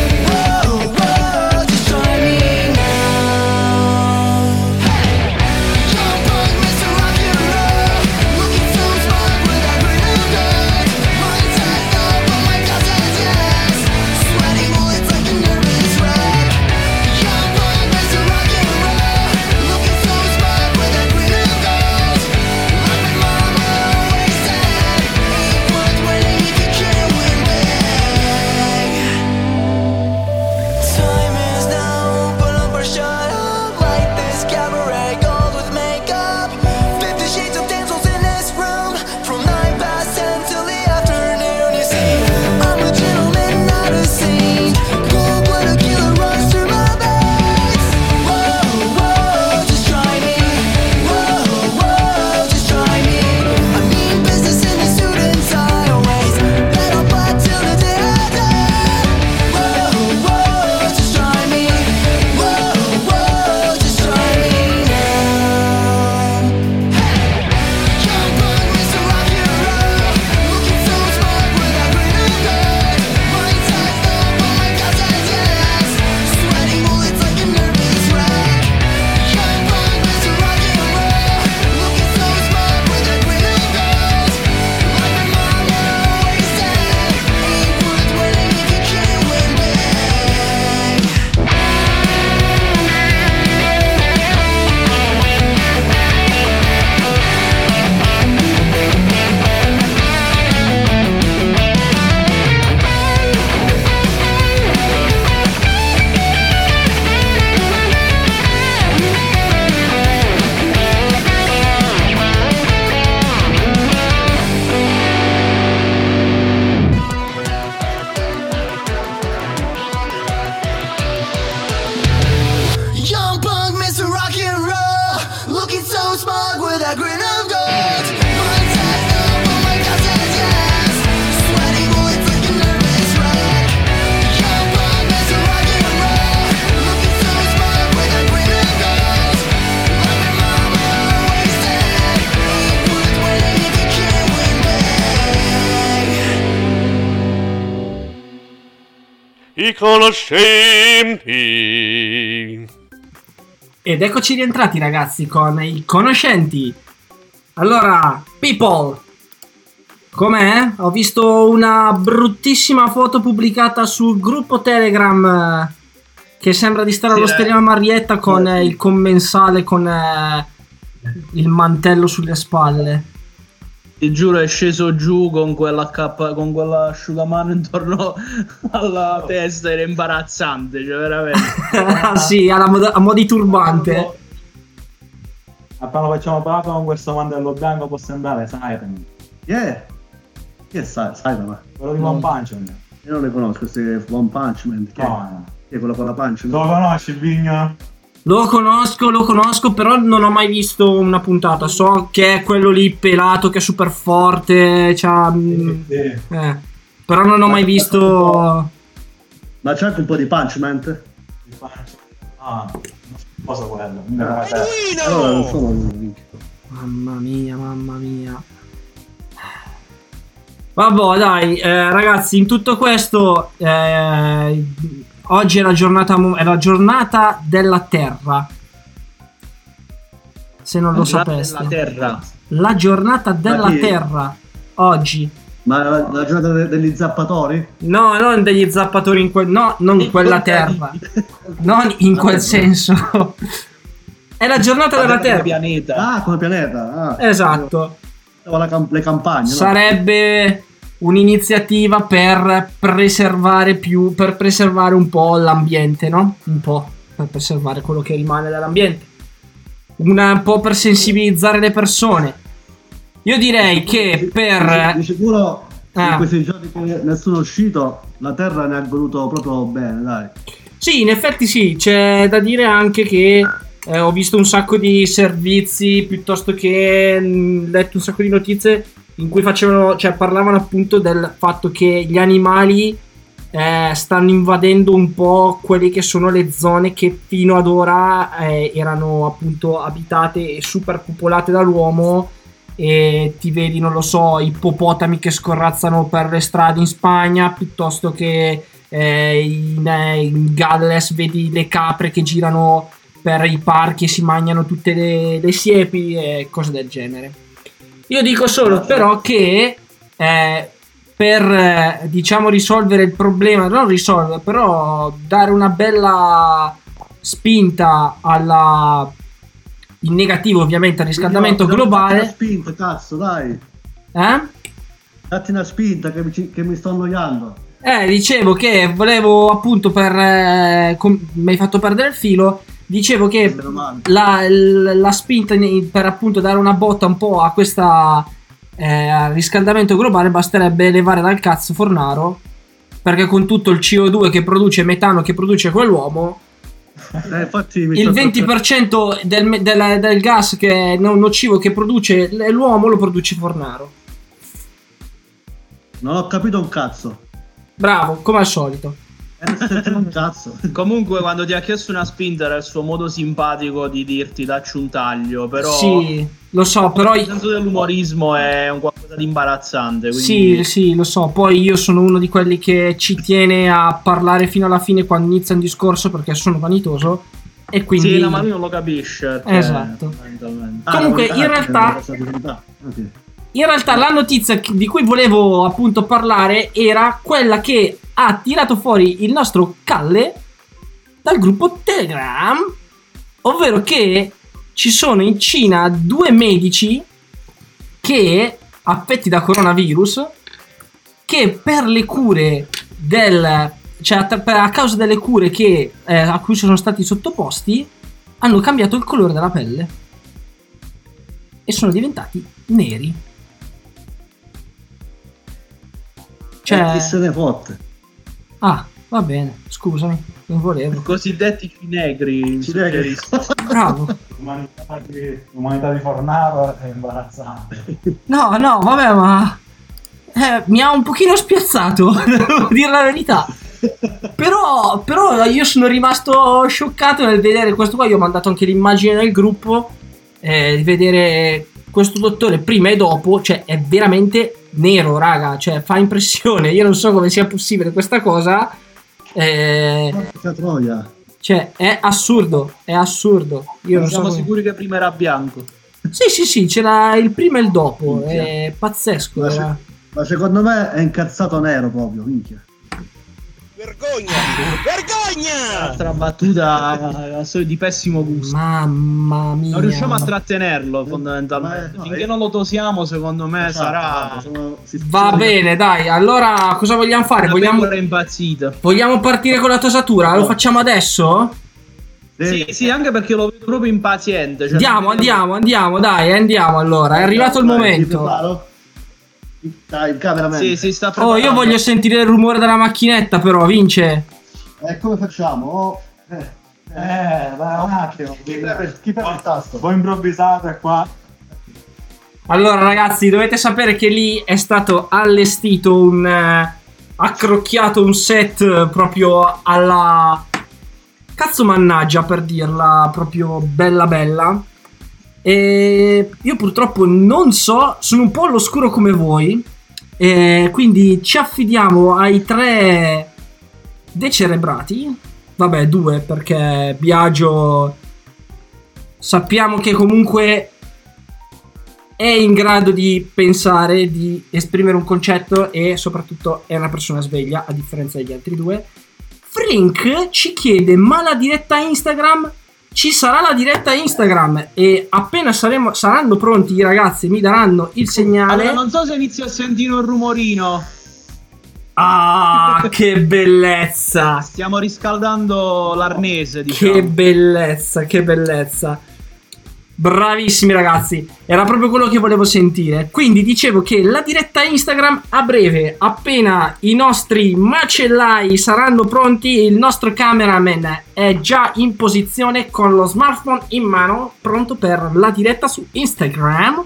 I Conoscenti. Ed eccoci rientrati ragazzi con I Conoscenti. Allora, people, com'è? Ho visto una bruttissima foto pubblicata sul gruppo Telegram che sembra di stare Sì, all'Osteria eh. Marietta con eh, il commensale con eh, il mantello sulle spalle. Ti giuro, è sceso giù con quella cappa, con quell'asciugamano intorno alla testa, era imbarazzante, cioè veramente. Ah, sì, alla mod- a mo' di turbante. Appena facciamo parlato con questo mantello bianco può sembrare Siren. Yeah. Chi è Sai- Siren? Quello di One Punch Man. Io non le conosco, queste One Punch Man. Chi è? No, Chi è quello con la pancia? Lo conosci, Vigno? Lo conosco, lo conosco, però non ho mai visto una puntata. So che è quello lì pelato, che è super forte. C'ha, Sì, sì. eh. Però non ho mai visto. Ma c'è anche un po' di Punchman? Ah, non so quello. Allora, non sono... Mamma mia, mamma mia. Vabbè, dai, eh, ragazzi, in tutto questo, eh, oggi è la giornata, mo- è la giornata della Terra. Se non lo La- sapeste, la terra. la giornata della chi? Terra oggi. Ma la, la giornata de- degli zappatori? No, non degli zappatori in quel, no, non in quella terra, non in quel senso. È la giornata della Come Terra. pianeta. Ah, come pianeta. Ah, Esatto. la cam- le campagne, no? Sarebbe un'iniziativa per preservare più, per preservare un po' l'ambiente, no? Un po' per preservare quello che rimane dell'ambiente. Una, un po' per sensibilizzare le persone. Io direi che per Di sicuro Ah. in questi giorni che nessuno è uscito, la terra ne ha goduto proprio bene, dai. Sì, in effetti sì, c'è da dire anche che eh, ho visto un sacco di servizi piuttosto che mh, letto un sacco di notizie in cui facevano, cioè parlavano appunto del fatto che gli animali eh, stanno invadendo un po' quelle che sono le zone che fino ad ora eh, erano appunto abitate e superpopolate dall'uomo. E ti vedi, non lo so, ippopotami che scorrazzano per le strade in Spagna, piuttosto che eh, in, eh, in Galles vedi le capre che girano per i parchi e si mangiano tutte le, le siepi e cose del genere. Io dico solo però che eh, per eh, diciamo risolvere il problema, non risolvere, però dare una bella spinta alla in negativo ovviamente al riscaldamento Datti una globale. spinta, cazzo, dai. Eh? Datti una spinta che mi, ci- che mi sto annoiando. Eh, dicevo che volevo appunto per eh, com- mi hai fatto perdere il filo. Dicevo che la, la, la spinta in- per appunto dare una botta un po' a questa eh, al riscaldamento globale basterebbe levare dal cazzo Fornaro, perché con tutto il C O due che produce, metano che produce quell'uomo, Eh, infatti mi il sto- venti per cento del, me- del, del gas che è no- nocivo che produce l- l'uomo lo produce Fornaro. Non ho capito un cazzo. Bravo, come al solito. Un cazzo. Comunque, quando ti ha chiesto una spinta era il suo modo simpatico di dirti dacci un taglio. Però Sì, lo so, però il senso dell'umorismo è un qualcosa di imbarazzante. sì, Quindi... sì, lo so. Poi io sono uno di quelli che ci tiene a parlare fino alla fine quando inizia un discorso perché sono vanitoso. E quindi. Sì, no, ma lui non lo capisce. cioè, Esatto. fondamentalmente. Comunque, in realtà. In realtà la notizia di cui volevo appunto parlare era quella che ha tirato fuori il nostro Calle dal gruppo Telegram, ovvero che ci sono in Cina due medici che affetti da coronavirus che per le cure del cioè a causa delle cure che eh, a cui sono stati sottoposti hanno cambiato il colore della pelle e sono diventati neri. Cioè... Chi se ne fotte? Ah, va bene, scusami, non volevo. I cosiddetti cinegri. Cinegri. Bravo. L'umanità di, l'umanità di Fornaro è imbarazzante. No, no, vabbè, ma eh, mi ha un pochino spiazzato, devo dire la verità. Però, però io sono rimasto scioccato nel vedere questo qua. Io ho mandato anche l'immagine nel gruppo eh, di vedere questo dottore prima e dopo. Cioè è veramente nero, raga. Cioè fa impressione. Io non so come sia possibile questa cosa. eh, Porca troia. Cioè è assurdo. È assurdo. Io non so Siamo come- sicuri che prima era bianco. Sì, sì, sì, c'era il prima e il dopo. È pazzesco. Ma, Era. se- ma secondo me è incazzato nero proprio, minchia. Vergogna! Vergogna! Altra battuta eh, di pessimo gusto. Mamma mia. Non riusciamo a trattenerlo fondamentalmente. no, Finché io- non lo tosiamo, secondo me Esatto, sarà. sono- si- Va bene, dai. Allora, cosa vogliamo fare? Una Vogliamo, pecora impazzita. vogliamo partire con la tosatura? Lo facciamo adesso? Sì, sì, anche perché lo vedo proprio impaziente. Cioè, Andiamo, andiamo, andiamo, dai, andiamo allora. È arrivato il Dai, ti momento. preparo? Dai, il cameraman. Sì, si sta Oh, preparando. io voglio sentire il rumore della macchinetta, però, vince. E come facciamo? Eh, Eh, vai un attimo. chi preme chi preme il tasto? Poi improvvisato è qua. Allora, ragazzi, dovete sapere che lì è stato allestito un eh, accrocchiato un set eh, proprio alla cazzo mannaggia, per dirla proprio bella bella. E io purtroppo non so, sono un po' all'oscuro come voi, e quindi ci affidiamo ai tre decerebrati. Vabbè, due, perché Biagio sappiamo che comunque è in grado di pensare, di esprimere un concetto e soprattutto è una persona sveglia, a differenza degli altri due. Frink ci chiede: ma la diretta Instagram? Ci sarà la diretta Instagram e appena saremo, saranno pronti i ragazzi, mi daranno il segnale. Allora, non so se inizio a sentire un rumorino. Ah, che bellezza! Stiamo riscaldando l'arnese, diciamo. Che bellezza, che bellezza. Bravissimi ragazzi, era proprio quello che volevo sentire. Quindi dicevo che la diretta Instagram a breve, appena i nostri macellai saranno pronti, il nostro cameraman è già in posizione con lo smartphone in mano, pronto per la diretta su Instagram.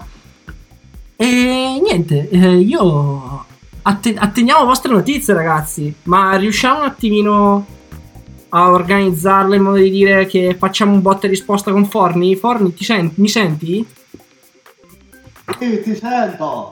E niente, eh, io atten- atteniamo vostre notizie, ragazzi. Ma riusciamo un attimino a organizzarle in modo di dire che facciamo un botta e risposta con Forni? Forni, ti senti? Mi senti? Sì, ti sento.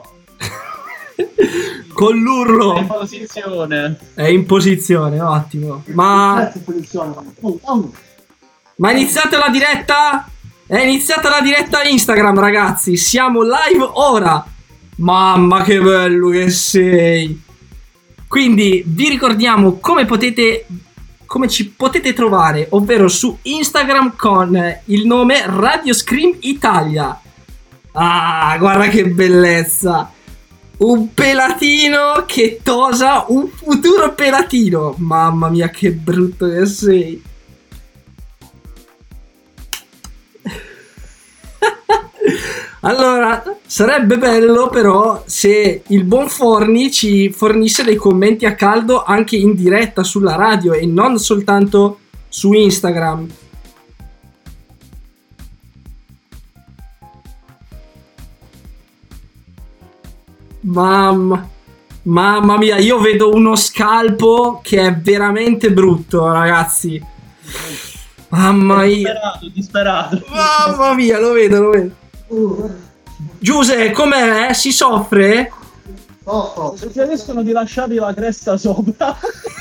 Con l'urlo. È in posizione. È in posizione, ottimo. Ma Che posizione? Oh, oh. Ma è iniziata la diretta? È iniziata la diretta Instagram, ragazzi. Siamo live ora. Mamma che bello che sei. Quindi vi ricordiamo come potete come ci potete trovare, ovvero su Instagram con il nome Radio Scream Italia. Ah, guarda che bellezza. Un pelatino che tosa, un futuro pelatino. Mamma mia, che brutto che sei. Allora, sarebbe bello però se il buon Forni ci fornisse dei commenti a caldo anche in diretta sulla radio e non soltanto su Instagram. Mamma, mamma mia, io vedo uno scalpo che è veramente brutto, ragazzi. Mamma mia. Disperato, disperato. Mamma mia, lo vedo, lo vedo. Giuse, com'è? Si soffre? Soffro. Perché adesso sono rilasciati la cresta sopra.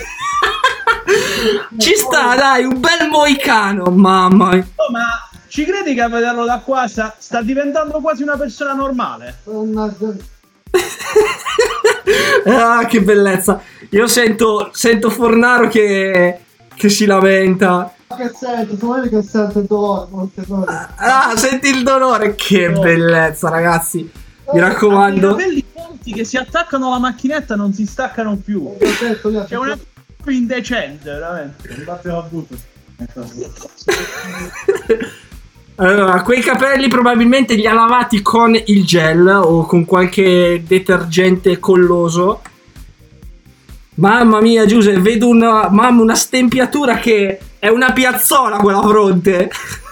Ci sta, dai, un bel moicano, mamma mia. Oh, ma ci credi che a vederlo da qua sta, sta diventando quasi una persona normale? Ah, che bellezza. Io sento, sento Fornaro che, che si lamenta. Che sento, tu vedi che sento il dolore, molte cose. Ah, senti il dolore. Che bellezza, ragazzi. Mi raccomando. I capelli corti che si attaccano alla macchinetta non si staccano più. C'è una cosa indecente, veramente. Allora, quei capelli probabilmente li ha lavati con il gel o con qualche detergente colloso. Mamma mia, Giuse, vedo una, mamma, una stempiatura che è una piazzola quella fronte.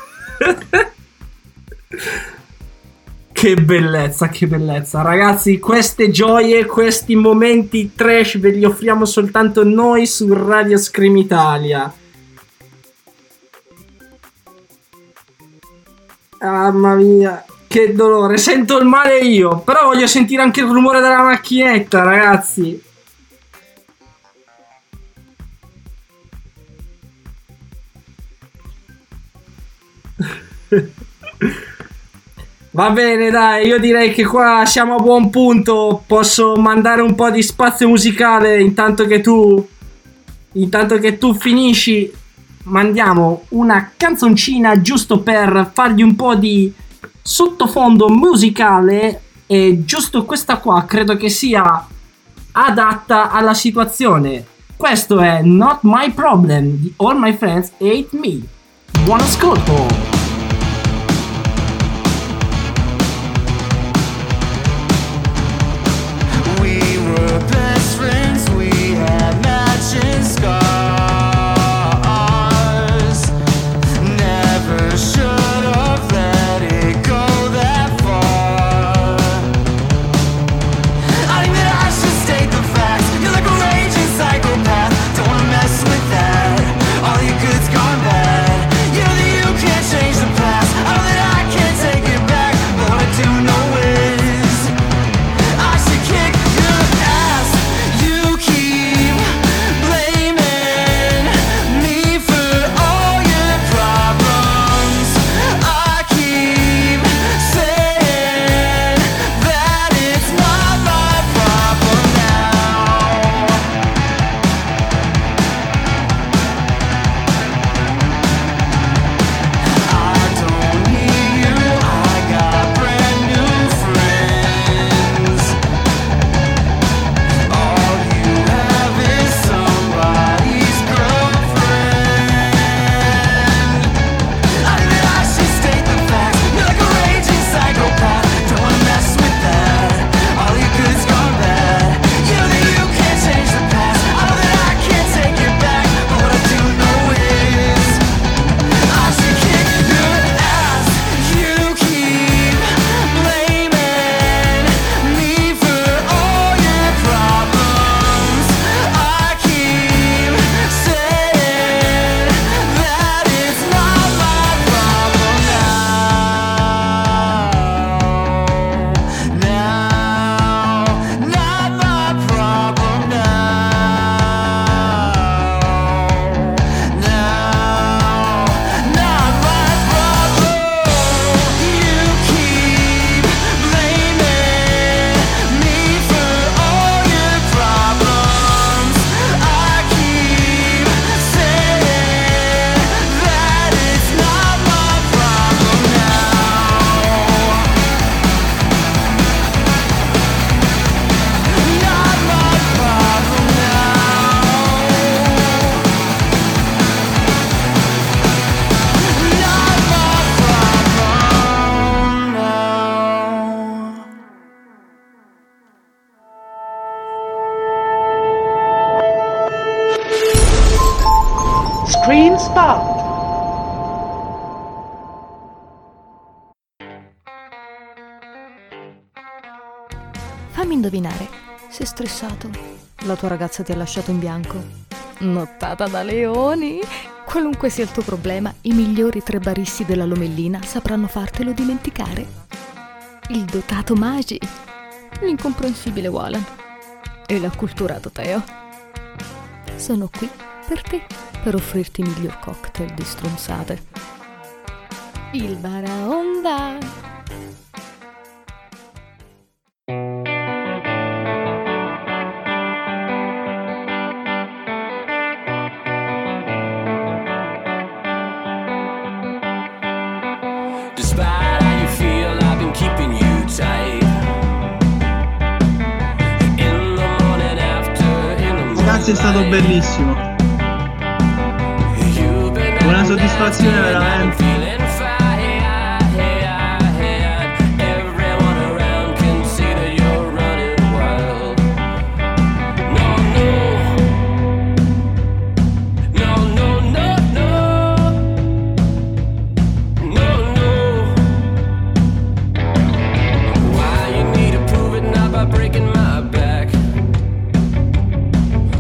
Che bellezza, che bellezza. Ragazzi, queste gioie, questi momenti trash ve li offriamo soltanto noi su Radio Scream Italia. Mamma mia, che dolore. Sento il male io, però voglio sentire anche il rumore della macchinetta, ragazzi. Va bene, dai, io direi che qua siamo a buon punto. Posso mandare un po' di spazio musicale intanto che tu intanto che tu finisci, mandiamo una canzoncina giusto per fargli un po' di sottofondo musicale, e giusto questa qua credo che sia adatta alla situazione. Questo è Not My Problem di All My Friends Hate Me. Buon ascolto. Screen Spot. Fammi indovinare, sei stressato? La tua ragazza ti ha lasciato in bianco? Nottata da leoni? Qualunque sia il tuo problema, i migliori tre baristi della Lomellina sapranno fartelo dimenticare. Il dotato Magi, l'incomprensibile Walan e l'acculturato Teo sono qui per te, per offrirti i miglior cocktail di stronzate. Il Baraonda. Ragazzi, è stato bellissimo, una soddisfazione veramente.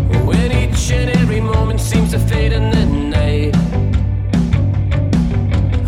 Seems to fade in the night.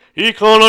i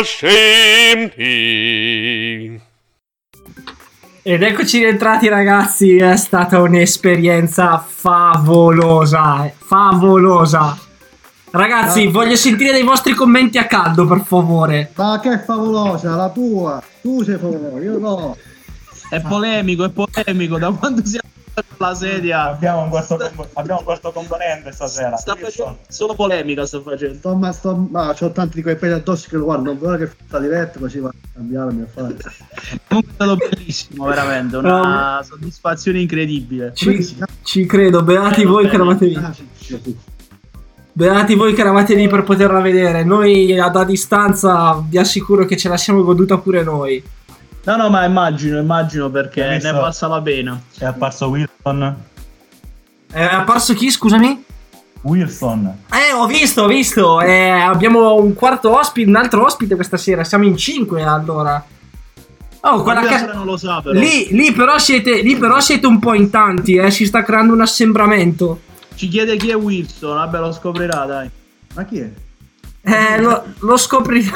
conoscenti. Ed eccoci rientrati, ragazzi, è stata un'esperienza favolosa, eh, favolosa. Ragazzi, No. voglio sentire dei vostri commenti a caldo, per favore. Ma che favolosa, la tua! Tu sei favolosa, io no! È polemico, è polemico. Da quando siamo alla sedia Abbiamo un quarto, com- abbiamo un quarto componente stasera. sta facendo solo polemica, sta facendo. Sto, ma sto, ma c'ho tanti di quei peli addosso che lo guardo, non vedo che sta diretto, così va a cambiarmi a fare. Comunque è stato bellissimo, veramente, una soddisfazione incredibile. Ci, ci credo, beati voi che eravate lì. Beati voi che eravate lì per poterla vedere. Noi da distanza vi assicuro che ce la siamo goduta pure noi. No, no, ma immagino, immagino perché Hai visto? ne passa la pena. È apparso Wilson. È apparso chi, scusami? Wilson. Eh, ho visto, ho visto. Eh, abbiamo un quarto ospite, un altro ospite questa sera. Siamo in cinque allora. Oh, quella Lui ca- ancora non lo sa, però. lì, lì, però siete, lì però siete un po' in tanti, eh. Si sta creando un assembramento. Ci chiede chi è Wilson, vabbè lo scoprirà, dai. Ma chi è? Eh, lo, lo scoprirai.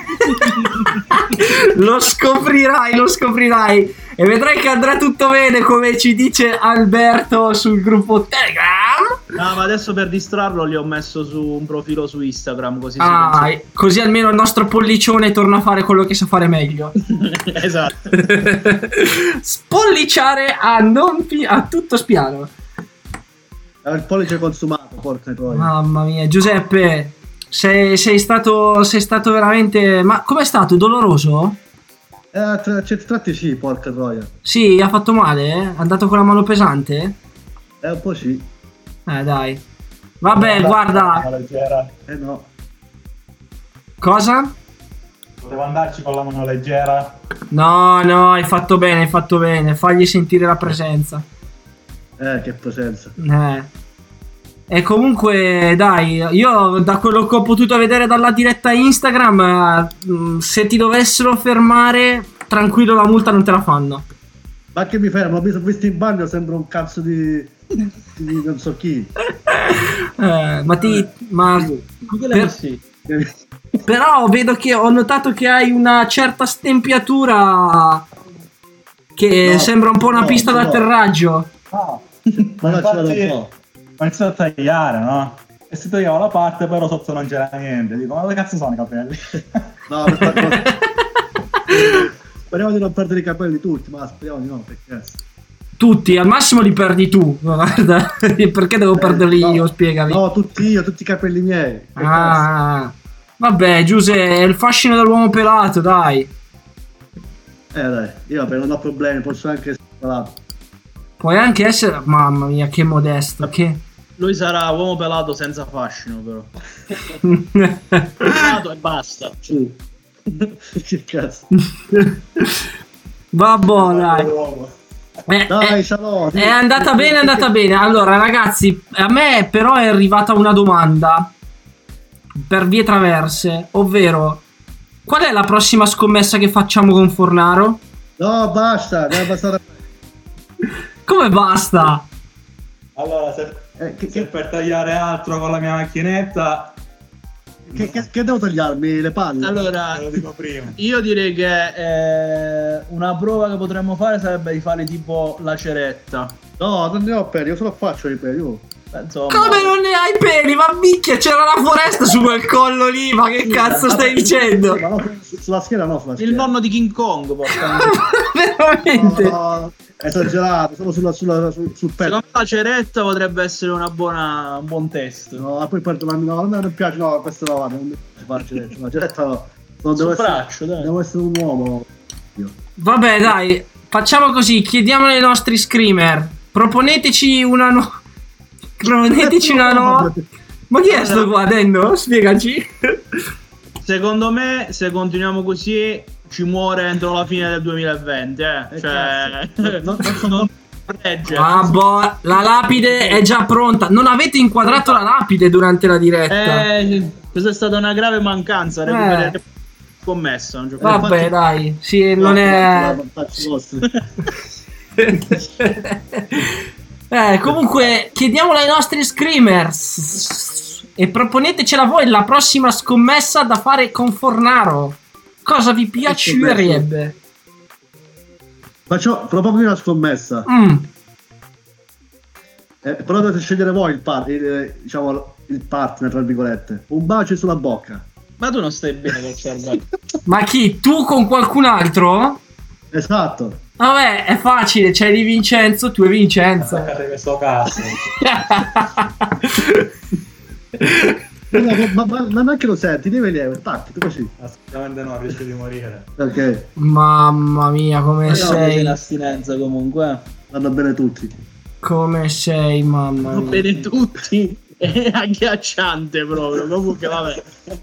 Lo scoprirai, lo scoprirai. E vedrai che andrà tutto bene, come ci dice Alberto sul gruppo Telegram. No, ma adesso per distrarlo gli ho messo su un profilo su Instagram, così Ah, si così almeno il nostro pollicione torna a fare quello che sa fare meglio. pensa. Esatto. Spolliciare a non fi- a tutto spiano. È il pollice consumato, porca troia. Mamma mia, Giuseppe, sei, sei stato sei stato veramente. Ma com'è stato? Doloroso? Eh, tra, certi tratti sì, porca troia. Sì, ha fatto male? Eh? È andato con la mano pesante? Eh, un po' sì. Eh, dai. Vabbè, guarda. Leggera. Eh no. Cosa? Potevo andarci con la mano leggera. No, no, hai fatto bene, hai fatto bene. Fagli sentire la presenza. Eh, che presenza. Eh. E comunque, dai, io da quello che ho potuto vedere dalla diretta Instagram, eh, mh, se ti dovessero fermare, tranquillo, la multa non te la fanno. Ma che mi fermo? Mi sono visto in bagno, sembra un cazzo di... di non so chi. Eh, ma ti... Ma... Per- sì. Però vedo che ho notato che hai una certa stempiatura che No, sembra un po' una no, pista no. d'atterraggio. No. Ma Ma lascialo infatti un po'. ho iniziato a tagliare, no? E si toglieva la parte, però sotto non c'era niente. Dico, ma dove cazzo sono i capelli? No, questa cosa... Speriamo di non perdere i capelli tutti, ma speriamo di no, perché... Tutti, al massimo li perdi tu. Guarda, perché devo perderli no, io? Spiegami. No, tutti io, tutti i capelli miei. Che Ah, vabbè, Giuseppe, è il fascino dell'uomo pelato, dai. cazzo? Eh dai, io vabbè, non ho problemi, posso anche essere pelato. Puoi anche essere... Mamma mia, che modesto, che... Lui sarà uomo pelato senza fascino, però. Pelato e basta. Sì. Che cazzo. Vabbè, dai. Eh, Dai, eh, Salò, è andata bene, è andata bene. Allora, ragazzi, a me però è arrivata una domanda per vie traverse, ovvero qual è la prossima scommessa che facciamo con Fornaro? No, basta, deve passare. Come basta? Allora, se, Eh, che, se che, per tagliare altro con la mia macchinetta, che, che, che devo tagliarmi le palle? Allora, te lo dico prima. io direi che eh, una prova che potremmo fare sarebbe di fare tipo la ceretta. No, non ne ho peli, io solo faccio i peli. Io. Eh, Insomma, Come non ne hai peli? Ma minchia, c'era la foresta su quel collo lì, ma che cazzo stai dicendo? Ma no, su- sulla schiena no, sulla schiena. il nonno di King Kong, porca. Veramente? No, è esagerato, solo sulla, sulla, sul, sul petto. Secondo me la ceretta potrebbe essere una buona, un buon test. No, poi perdo la no, a me non piace, no, questo no, non mi piace fare ceretta. La ceretta no. Non devo Sul essere, braccio, dai. devo essere un uomo. Io. Vabbè, dai, facciamo così, chiediamo ai nostri screamer, proponeteci una nuova... Proponeteci una nuova... Ma chi è sto qua, Denno? Spiegaci. Secondo me, se continuiamo così, ci muore entro la fine del duemilaventi, eh. Eh, Cioè, cazzo. No, no, no, non regge. Ah, boh, la lapide è già pronta. Non avete inquadrato la lapide durante la diretta. Eh, questa è stata una grave mancanza. Eh. Recuperare scommessa. Non gioco- Vabbè, dai, sì, non è... Eh, comunque, chiediamolo ai nostri screamers. e proponetecela voi la prossima scommessa da fare con Fornaro. Cosa vi piacerebbe? Faccio proprio una scommessa. Mm. Eh, però dovete scegliere voi il, par- il, diciamo, il partner, tra virgolette. Un bacio sulla bocca. Ma tu non stai bene col cervello. Ma chi? Tu con qualcun altro? Esatto. Vabbè, è facile, c'è di Vincenzo, tu e Vincenzo. Questo cazzo. ma, ma, ma, ma neanche lo senti, devi vedere, tacchito così. Assolutamente no, rischio di morire. Ok. Mamma mia, come Io sei? in astinenza comunque. Vanno bene tutti. Come sei, mamma Va mia. bene tutti. È agghiacciante proprio. Comunque vabbè.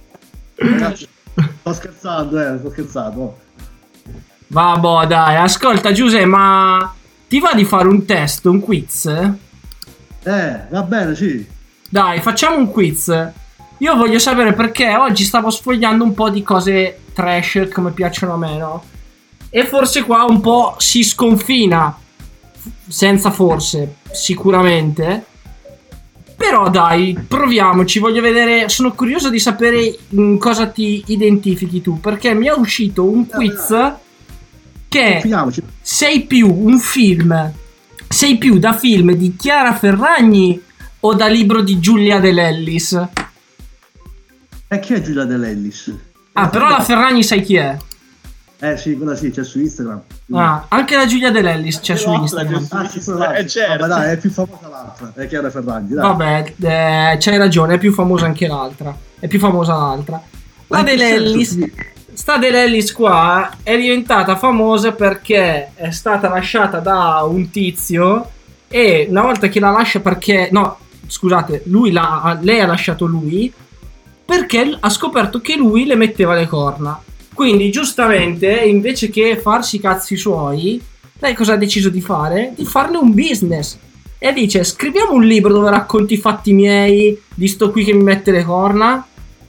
Sto scherzando, eh, sto scherzando. Vabbè, dai, ascolta Giuseppe, ma ti va di fare un test, un quiz? Eh, va bene, sì. Dai, facciamo un quiz. Io voglio sapere perché oggi stavo sfogliando un po' di cose trash come piacciono a me, no? E forse qua un po' si sconfina. Senza forse, sicuramente. Però dai, proviamoci, voglio vedere, sono curioso di sapere in cosa ti identifichi tu, perché mi è uscito un quiz che sei più un film, sei più da film di Chiara Ferragni o da libro di Giulia De Lellis? E chi è Giulia De Lellis? Ah, però la Ferragni sai chi è? Eh sì, quella sì, c'è su Instagram. Ah, anche la Giulia De Lellis c'è su Instagram. Ah, sì, quella Eh, certo. Vabbè, dai, è più famosa l'altra, è Chiara Ferragni, dai. Vabbè, eh, c'hai ragione, è più famosa anche l'altra. È più famosa l'altra. La Ma De in che senso? Lellis, sta De Lellis qua è diventata famosa perché è stata lasciata da un tizio e una volta che la lascia perché... No, scusate, lui l'ha, lei ha lasciato lui perché ha scoperto che lui le metteva le corna. Quindi giustamente invece che farsi i cazzi suoi, lei cosa ha deciso di fare? Di farne un business. E dice: scriviamo un libro dove racconti i fatti miei di sto qui che mi mette le corna.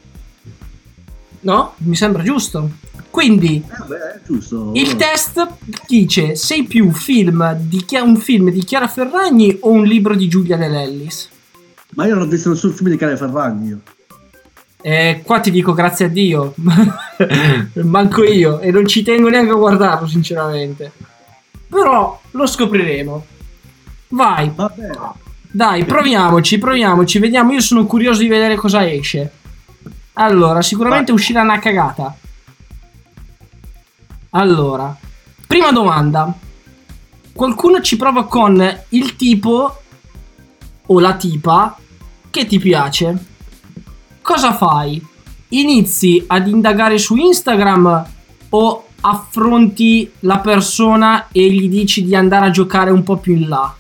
No? Mi sembra giusto. Quindi Eh, beh, è giusto. il test dice: sei più film di Chia- un film di Chiara Ferragni o un libro di Giulia De Lellis? Ma io non ho visto nessun film di Chiara Ferragni, io. Eh, qua ti dico grazie a Dio. Manco io. E non ci tengo neanche a guardarlo sinceramente. Però lo scopriremo. Vai. Vabbè. Dai, proviamoci, proviamoci. Vediamo, io sono curioso di vedere cosa esce. Allora, sicuramente uscirà una cagata. Allora, prima domanda. Qualcuno ci prova con il tipo o la tipa che ti piace. Cosa fai? Inizi ad indagare su Instagram o affronti la persona e gli dici di andare a giocare un po' più in là?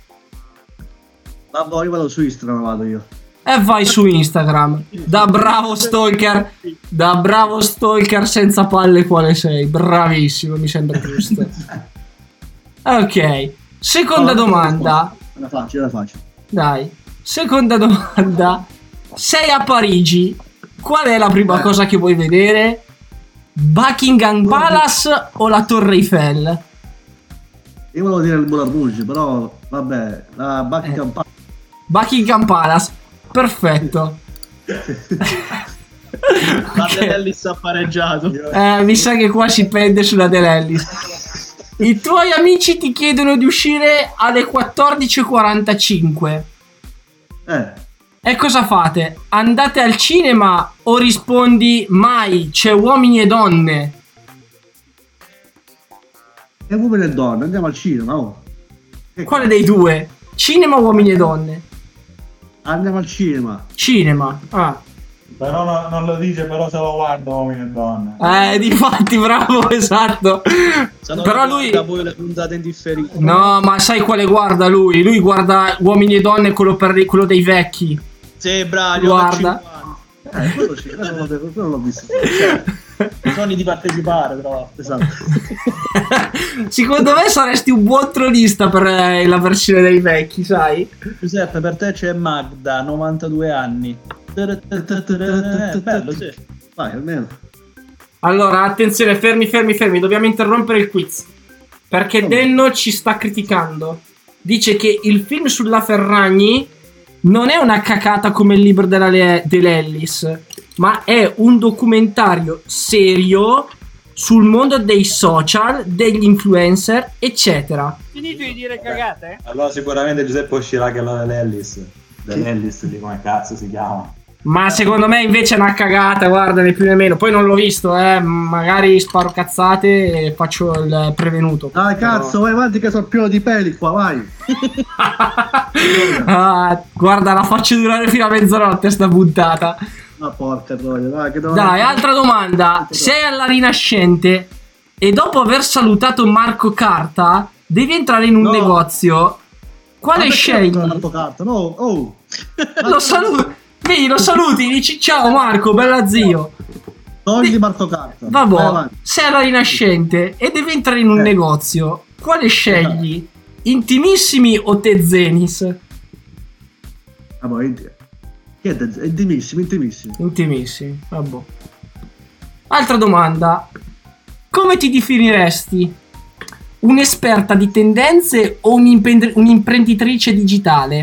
Ma boh, io vado su Instagram, vado io. E vai su Instagram. Da bravo stalker. Da bravo stalker senza palle quale sei. Bravissimo, mi sembra giusto. Ok. Seconda domanda. La faccio, la faccio. Dai. Seconda domanda. Sei a Parigi. Qual è la prima cosa che vuoi vedere? Buckingham Palace o la Torre Eiffel? Io volevo dire il Moulin Rouge, però vabbè, la Buckingham Eh. Palace. Buckingham Palace. Perfetto. La De Lellis ha pareggiato. Eh, mi sa che qua si pende sulla De Lellis. I tuoi amici ti chiedono di uscire alle quattordici e quarantacinque. Eh. E cosa fate? Andate al cinema o rispondi mai, c'è uomini e donne? E uomini e donne, andiamo al cinema, oh. Quale dei due? Cinema o uomini e donne? Andiamo al cinema. Cinema. Ah. Però no- non lo dice, però se lo guardo uomini e donne. Eh, difatti, bravo, esatto. Sono Però lui... da voi le puntate indifferite. No, ma sai quale guarda lui? Lui guarda Uomini e Donne, quello, per, quello dei vecchi. Sì, bravo. Guarda. Eh, quello sì, quello l'ho, quello l'ho visto. Sogni di partecipare, però. Esatto. Secondo me saresti un buon tronista per eh, la versione dei vecchi, sai? Giuseppe, per te c'è Magda, novantadue anni. Eh, bello, sì. Vai, almeno. Allora, attenzione, fermi, fermi, fermi. Dobbiamo interrompere il quiz. Perché Denno ci sta criticando. Dice che il film sulla Ferragni non è una cacata come il libro della Le- dell'Ellis, ma è un documentario serio sul mondo dei social, degli influencer, eccetera. Finito di dire cagate? Allora sicuramente Giuseppe uscirà che la dell'Ellis. Dell'Ellis, di come cazzo si chiama. Ma secondo me invece è una cagata, guarda, né più né meno. Poi non l'ho visto, eh. Magari sparo cazzate e faccio il prevenuto. Dai, cazzo, Però... vai avanti che sono pieno di peli qua, vai. ah, guarda, la faccio durare fino a mezzanotte sta puntata. Ma porca troia, dai, che devo Dai, altra domanda. Sei alla Rinascente e dopo aver salutato Marco Carta devi entrare in un No. negozio. Quale Ma scegli? Marco Carta? No, oh. Lo saluti, vedi, lo saluti, dici ciao Marco, bella zio. Togli Marco Carta. Vai Vabbè, avanti. sei alla Rinascente e devi entrare in un Eh. negozio. Quale scegli? Intimissimi o Tezenis? Ah, boh, inti- che è de- intimissimo, intimissimo. Intimissimi, vabbè. Altra domanda. Come ti definiresti? Un'esperta di tendenze o un'impend- un'imprenditrice digitale?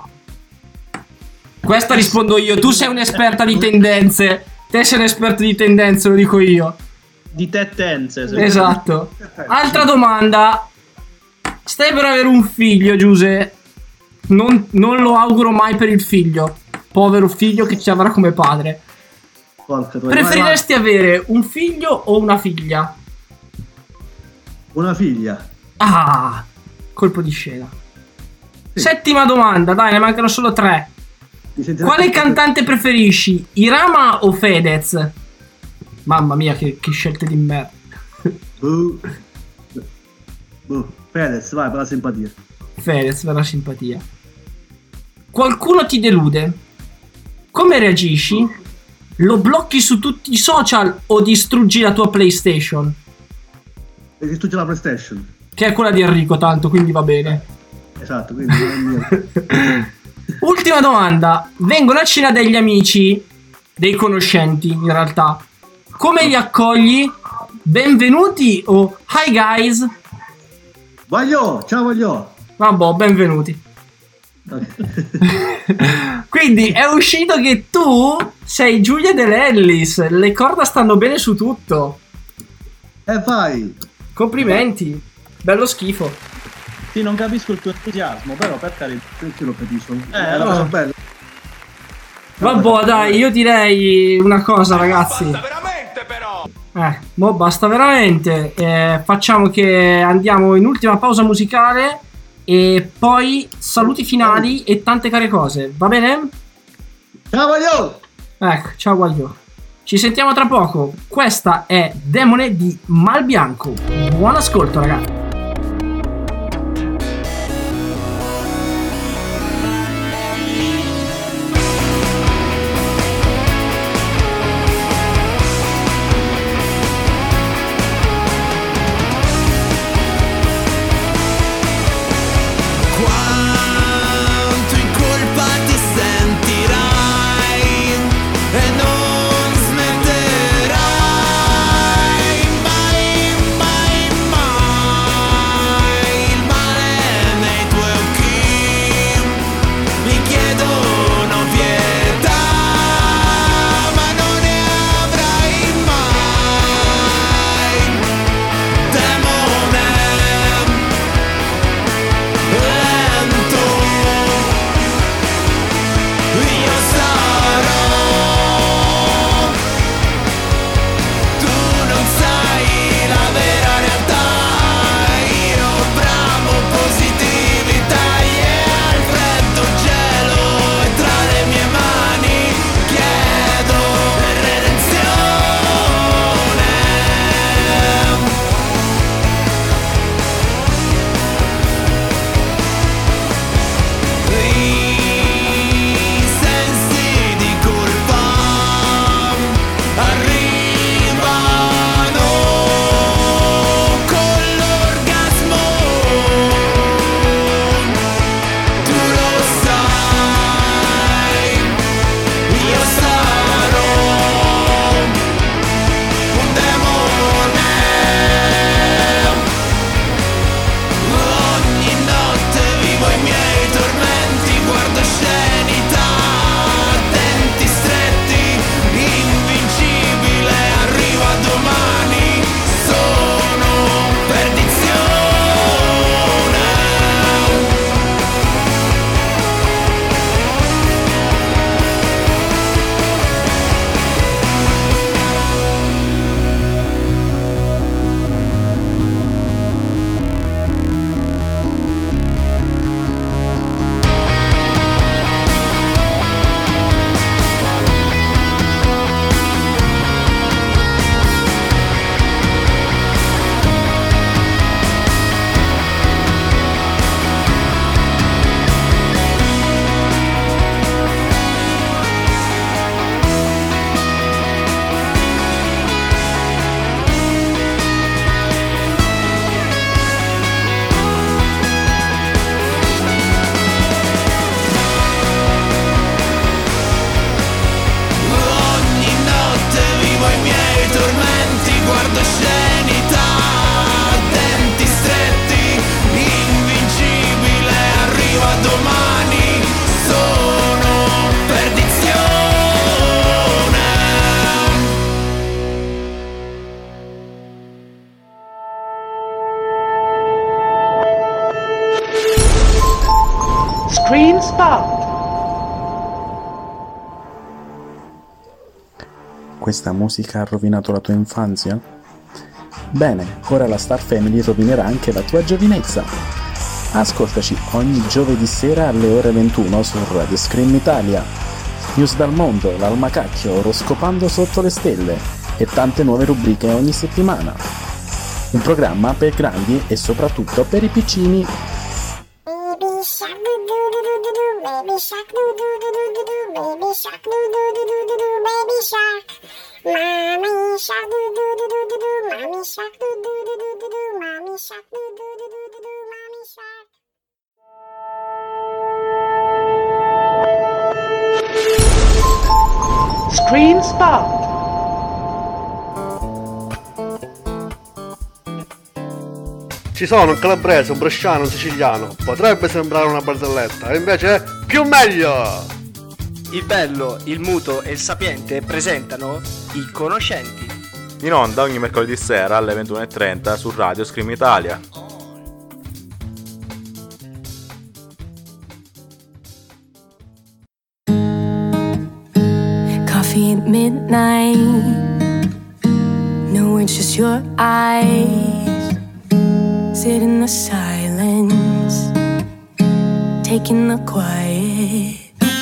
Questa rispondo io. Tu sei un'esperta di tendenze. Te sei un esperto di tendenze, lo dico io. Di tettenze. se- Esatto. Altra domanda. Stai per avere un figlio, Giuse. Non, non lo auguro mai per il figlio. Povero figlio che ci avrà come padre. Porca troia. Preferiresti avere un figlio o una figlia? Una figlia. Ah, colpo di scena. Settima domanda, dai, ne mancano solo tre. Mi sentirà- Quale cantante preferisci? Irama o Fedez? Mamma mia, che, che scelte di merda. Boh. Boh. Perez, vai, per la simpatia. Fedez, per la simpatia. Qualcuno ti delude. Come reagisci? Lo blocchi su tutti i social o distruggi la tua PlayStation? E distrugge la PlayStation. Che è quella di Enrico, tanto, quindi va bene. Esatto, quindi non è mio. Ultima domanda. Vengono a cena degli amici, dei conoscenti in realtà. Come li accogli? Benvenuti o hi guys? Voglio, ciao voglio. Vabbè, benvenuti. Quindi è uscito che tu sei Giulia dell'Ellis. Le corda stanno bene su tutto. E vai. Complimenti. Bello schifo. Sì, non capisco il tuo entusiasmo, però per carità. Perché lo capisco? Eh, è una no. cosa bella. Vabbè, dai, io direi una cosa, ragazzi. Eh, mo basta veramente. Eh, facciamo che andiamo in ultima pausa musicale e poi saluti finali e tante care cose. Va bene? Ciao voglio. Ecco, ciao Guaglio. Ci sentiamo tra poco. Questa è Demone di Malbianco. Buon ascolto, ragazzi. Quanto in colpa ti sentirai e non smetterai mai, mai, mai Spot. Questa musica ha rovinato la tua infanzia? Bene, ora la Star Family rovinerà anche la tua giovinezza. Ascoltaci ogni giovedì sera alle ore ventuno su Radio Scream Italia. News dal mondo, l'almacacchio, oroscopando sotto le stelle e tante nuove rubriche ogni settimana. Un programma per grandi e soprattutto per i piccini. Baby shark doo doo doo doo doo doo, baby shark doo doo doo doo doo doo, baby shark doo doo doo doo doo doo, baby shark. Mommy shark doo doo doo doo doo doo, mommy shark doo doo doo doo doo doo, mommy shark doo doo doo doo doo doo, mommy shark. Screen Spot. Ci sono un calabrese, un bresciano, un siciliano. Potrebbe sembrare una barzelletta, e invece è più meglio! Il bello, il muto e il sapiente presentano I Conoscenti. In onda ogni mercoledì sera alle ventuno e trenta su Radio Scream Italia. Coffee at midnight. No, it's just your eyes. Sit in the silence, taking the quiet.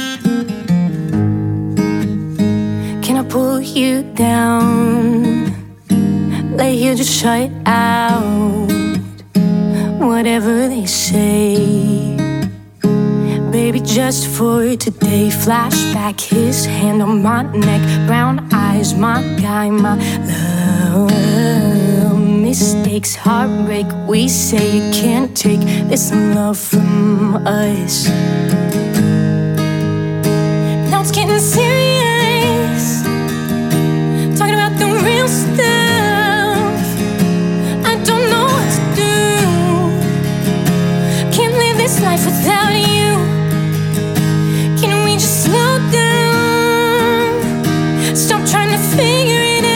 Can I pull you down? Lay here, just shut out whatever they say. Baby, just for today. Flashback, his hand on my neck. Brown eyes, my guy, my love. Mistakes, heartbreak, we say you can't take this love from us. Now it's getting serious, talking about the real stuff. I don't know what to do, can't live this life without you. Can we just slow down, stop trying to figure it out?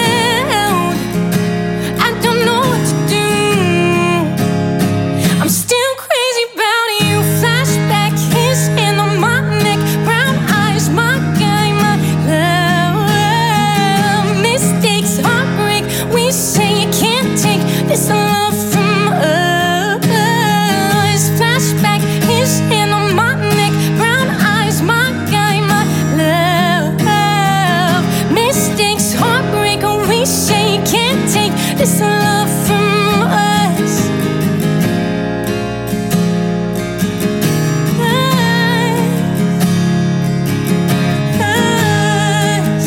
This love from us. Us.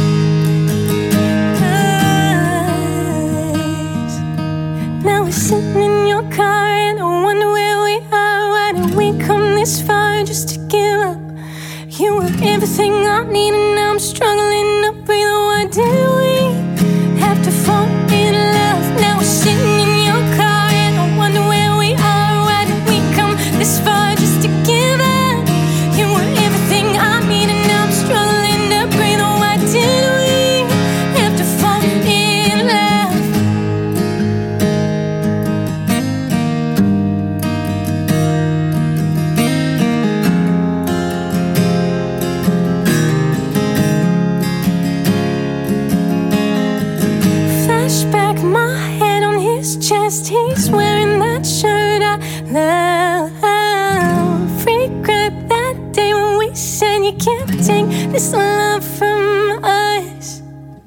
Us. Now we're sitting in your car and I wonder where we are. Why did we come this far just to give up? You were everything I need and now I'm struggling to breathe. Why did we have to fall in love? Now we're sitting in your car and I wonder where we are. Why did we come this far just to give up? You were everything I need and now I'm struggling to breathe. Why did we have to fall in love? Flashback, my head on his chest. He's wearing that shirt I love. Regret that day when we said you can't take this love from us.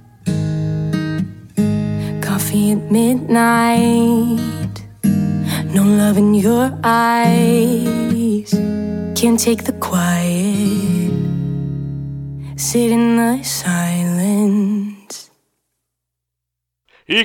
Coffee at midnight. No love in your eyes. Can't take the quiet. Sit in the silence. I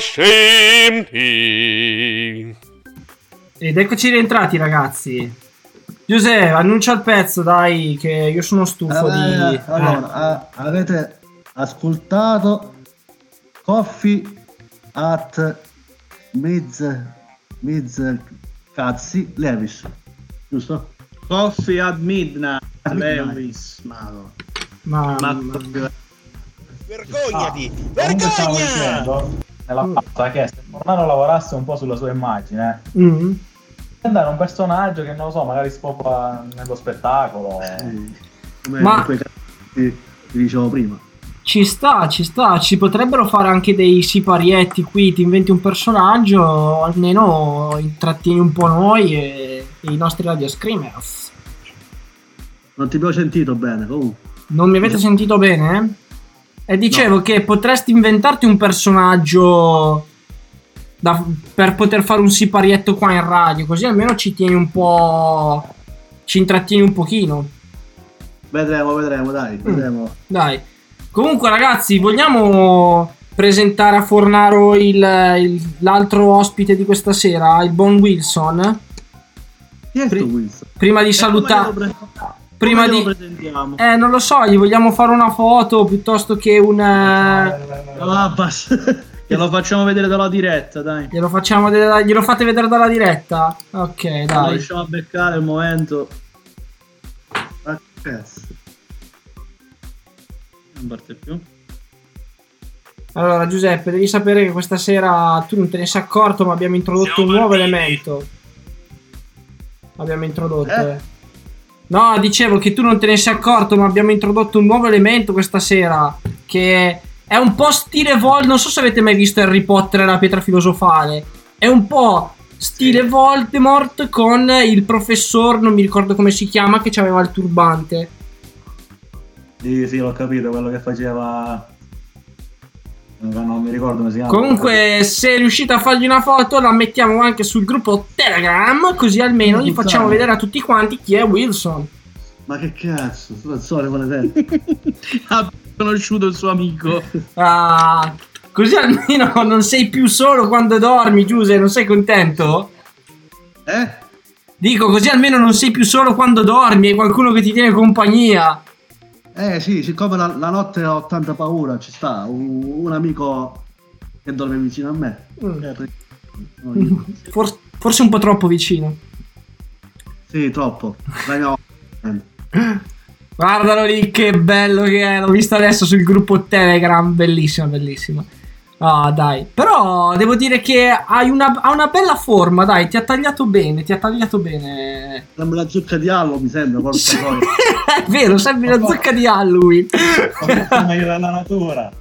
Conoscenti. Ed eccoci rientrati, ragazzi. Giuseppe, annuncia il pezzo, dai, che io sono stufo Eh, di... Allora, a- avete ascoltato Coffee at Miz Miz Cazzi Lewis, giusto? Coffee at Midnight At midnight. Lewis. Madonna. Ma, Ma ma- Vergognati! Comunque stavo Vergogna! dicendo nella pausa che se Fornaro lavorasse un po' sulla sua immagine Mm. andare un personaggio che non lo so, magari spopa nello spettacolo. Come Ma- quei cazzi che dicevo prima. Ci sta, ci sta, ci potrebbero fare anche dei siparietti qui, ti inventi un personaggio, almeno intrattieni un po' noi e, e i nostri radio screamers. Non ti abbiamo sentito bene, comunque. Non mi avete sentito bene? E dicevo No. che potresti inventarti un personaggio da- per poter fare un siparietto qua in radio, così almeno ci tieni un po', ci intrattieni un pochino. Vedremo, vedremo, dai, vedremo. Dai. Comunque ragazzi, vogliamo presentare a Fornaro il, il- l'altro ospite di questa sera, il buon Wilson? Chi è Pri- sto Wilson? Prima di E salutare... come glielo pre- Prima come di... glielo presentiamo? Eh, non lo so, gli vogliamo fare una foto piuttosto che un... Ah, basta. Glielo facciamo vedere dalla diretta, dai. Glielo facciamo vedere, glielo fate vedere dalla diretta? Ok, Non dai. riusciamo a beccare il momento. Ma cazzo. Non parte più. Allora Giuseppe, devi sapere che questa sera tu non te ne sei accorto, ma abbiamo introdotto un nuovo elemento. Abbiamo introdotto... Eh? eh. No, dicevo che tu non te ne sei accorto, ma abbiamo introdotto un nuovo elemento questa sera, che è un po' stile Vol... Non so se avete mai visto Harry Potter e la pietra filosofale. È un po' stile Voldemort con il professor, non mi ricordo come si chiama, che aveva il turbante. Sì, sì, l'ho capito, quello che faceva... Non mi ricordo come si chiama. Comunque, se riuscite a fargli una foto, la mettiamo anche sul gruppo Telegram, così almeno gli facciamo vedere a tutti quanti chi è Wilson. Ma che cazzo, Strazzone vuole te. Ha conosciuto il suo amico. Ah, così almeno non sei più solo quando dormi, Giuse, non sei contento? Eh? Dico, così almeno non sei più solo quando dormi, hai qualcuno che ti tiene compagnia. Eh sì, siccome la, la notte ho tanta paura, ci sta un, un amico che dorme vicino a me. Mm. Forse, forse un po' troppo vicino. Sì, troppo. La mia... Guardalo lì, che bello che è. L'ho visto adesso sul gruppo Telegram. Bellissimo, bellissimo. Ah, dai. Però devo dire che hai una, ha una bella forma, dai. Ti ha tagliato bene, ti ha tagliato bene. Sembra la zucca di Allo, mi sembra. Porca troia. È vero, sembri la zucca di Halloween. Meglio della natura.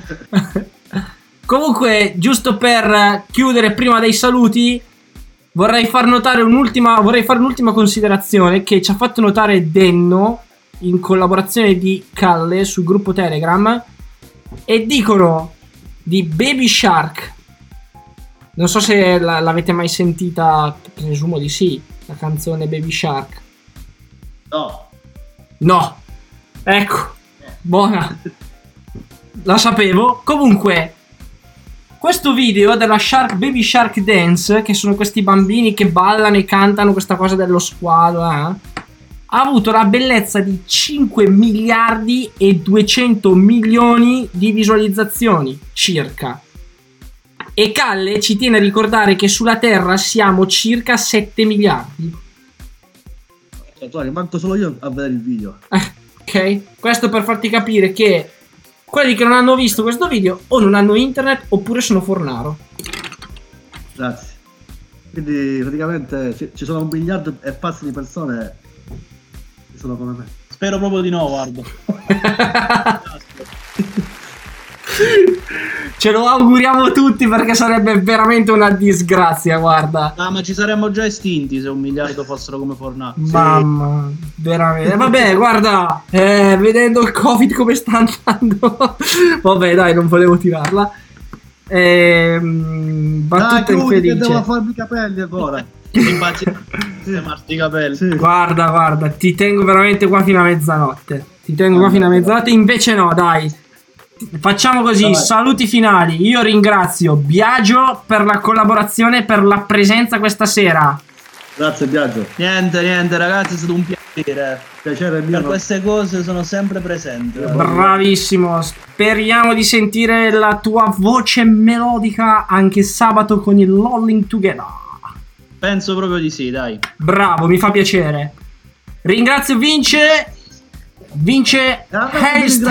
Comunque, giusto per chiudere prima dei saluti, vorrei far notare un'ultima, vorrei fare un'ultima considerazione che ci ha fatto notare Denno in collaborazione di Calle sul gruppo Telegram, e dicono di Baby Shark. Non so se la- l'avete mai sentita, presumo di sì, la canzone Baby Shark. No. No. Ecco. Buona. La sapevo. Comunque, questo video della Shark Baby Shark Dance, che sono questi bambini che ballano e cantano questa cosa dello squalo, eh, ha avuto la bellezza di cinque miliardi e duecento milioni di visualizzazioni circa. E Calle ci tiene a ricordare che sulla Terra siamo circa sette miliardi. Cioè, manco solo io a vedere il video. Ok? Questo per farti capire che quelli che non hanno visto questo video o non hanno internet oppure sono Fornaro. Grazie. Quindi praticamente ci- ci sono un miliardo e passa di persone che sono come me. Spero proprio di no, guarda. Ce lo auguriamo tutti perché sarebbe veramente una disgrazia, guarda. Ah, ma ci saremmo già estinti se un miliardo fossero come Fornato. Mamma, veramente. Vabbè, guarda, eh, vedendo il Covid come sta andando. Vabbè, dai, non volevo tirarla. Ehm, battuta Dai, chiudi che infelice. devo farmi i capelli ancora. Marti i capelli. Guarda, guarda, ti tengo veramente qua fino a mezzanotte. Ti tengo qua fino a mezzanotte. Invece no, dai. Facciamo così, Dai. saluti finali. Io ringrazio Biagio per la collaborazione e per la presenza questa sera. Grazie Biagio. Niente, niente, ragazzi, è stato un piacere. Piacere mio. Per no? queste cose sono sempre presente. Bravissimo. Speriamo di sentire la tua voce melodica anche sabato con il Lolling Together. Penso proprio di sì, dai. Bravo, mi fa piacere. Ringrazio Vince. Vince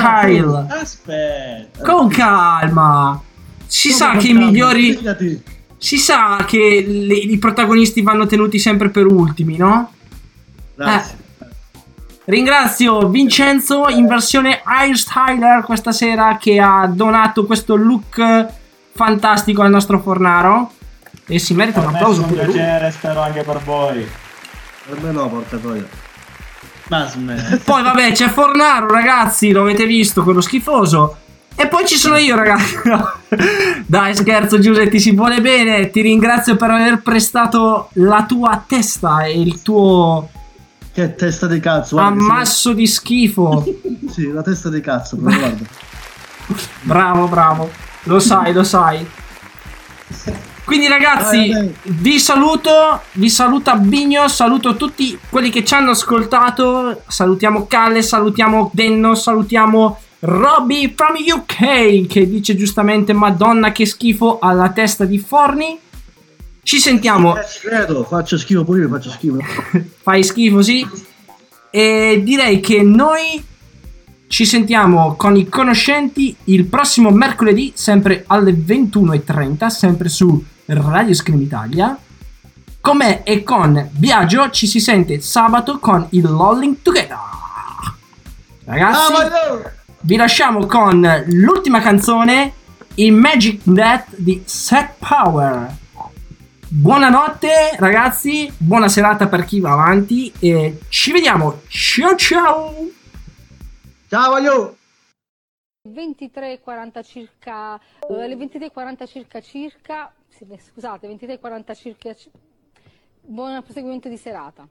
Hairstyle. Aspetta. Con calma. Si Come sa con che i calma? migliori Spiegati. si sa che le- i protagonisti vanno tenuti sempre per ultimi, no? Grazie. Eh. Ringrazio Vincenzo in versione hairstyler questa sera, che ha donato questo look fantastico al nostro Fornaro e si merita un Per me applauso è un pure lui. piacere, spero anche per voi. Per me no, porca troia. Ma smetti. Poi vabbè, c'è Fornaro, ragazzi, lo avete visto, quello schifoso. E poi ci sono io, ragazzi. No. Dai, scherzo, Giuseppe, ti si vuole bene. Ti ringrazio per aver prestato la tua testa e il tuo Che testa di cazzo. guarda che ammasso di schifo. si- Sì, la testa di cazzo, però guarda. Bravo, bravo. Lo sai, lo sai. Quindi ragazzi, Vai, vai. vi saluto, vi saluta Bigno, saluto tutti quelli che ci hanno ascoltato, salutiamo Calle, salutiamo Denno, salutiamo Robby from U K che dice giustamente Madonna che schifo alla testa di Forni. Ci sentiamo. Eh, ci credo, faccio schifo pure io, faccio schifo. Fai schifo, sì. E direi che noi ci sentiamo con i conoscenti il prossimo mercoledì, sempre alle ventuno e trenta, sempre su Radio Scream Italia. Con me e con Biagio ci si sente sabato con il Lolling Together. Ragazzi, vi lasciamo con l'ultima canzone, il Magic Net di Set Power. Buonanotte ragazzi, buona serata per chi va avanti e ci vediamo. Ciao ciao. Ciao voglio. ventitré e quaranta circa, eh, le ventitré e quaranta circa circa, sì, beh, scusate, ventitré e quaranta circa, ci- buon proseguimento di serata.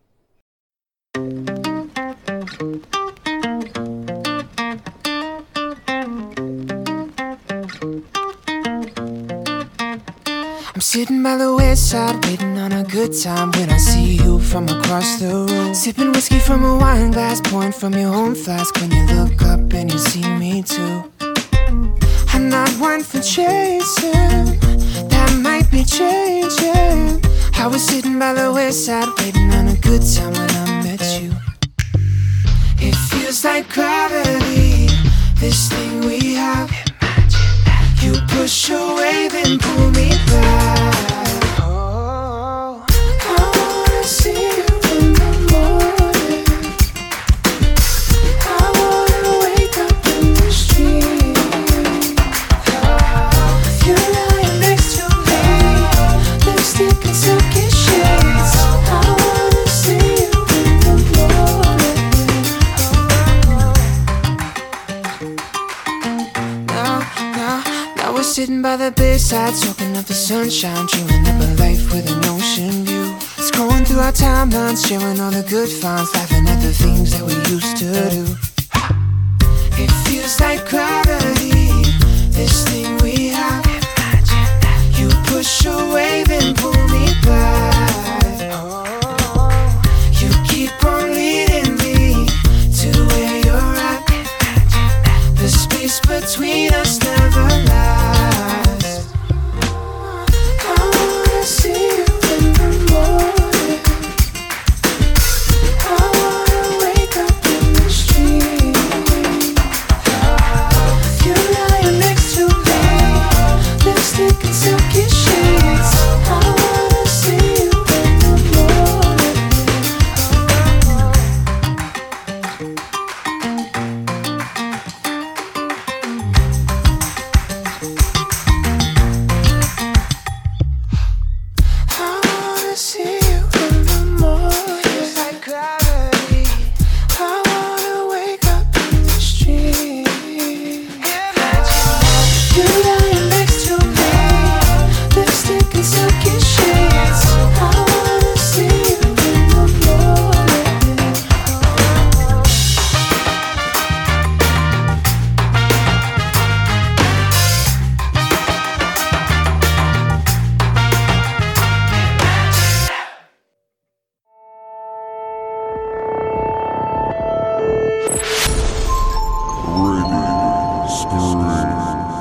I'm sitting by the west side, waiting on a good time when I see you from across the room. Sipping whiskey from a wine glass, pouring from your own flask when you look up and you see me too. I'm not one for chasing, that might be changing. I was sitting by the west side, waiting on a good time when I met you. It feels like gravity, this thing we have. You push away, then pull me back. Oh, I wanna see you in the morning. I wanna wake up in the street. Oh, you're lying next to me, lipstick and silky shades. I wanna see you in the morning. Now, now. I was sitting by the bedside, soaking up the sunshine, dreaming up a life with an ocean view. Scrolling through our timelines, sharing all the good finds, laughing at the things that we used to do. It feels like gravity, this thing we have. You push away, then pull me back. Oh, you keep on leading me to where you're at. The space between us never lasts. I wanna see you in the morning. I wanna wake up in the street. You're lying next to me, lipstick and silky shades. I wanna see you in the morning. I wanna see you in the morning. Feels like gravity. I wanna wake up in the street. You're lying next to me, lipstick and silky shades. I wanna see you in the morning. Radio Scream.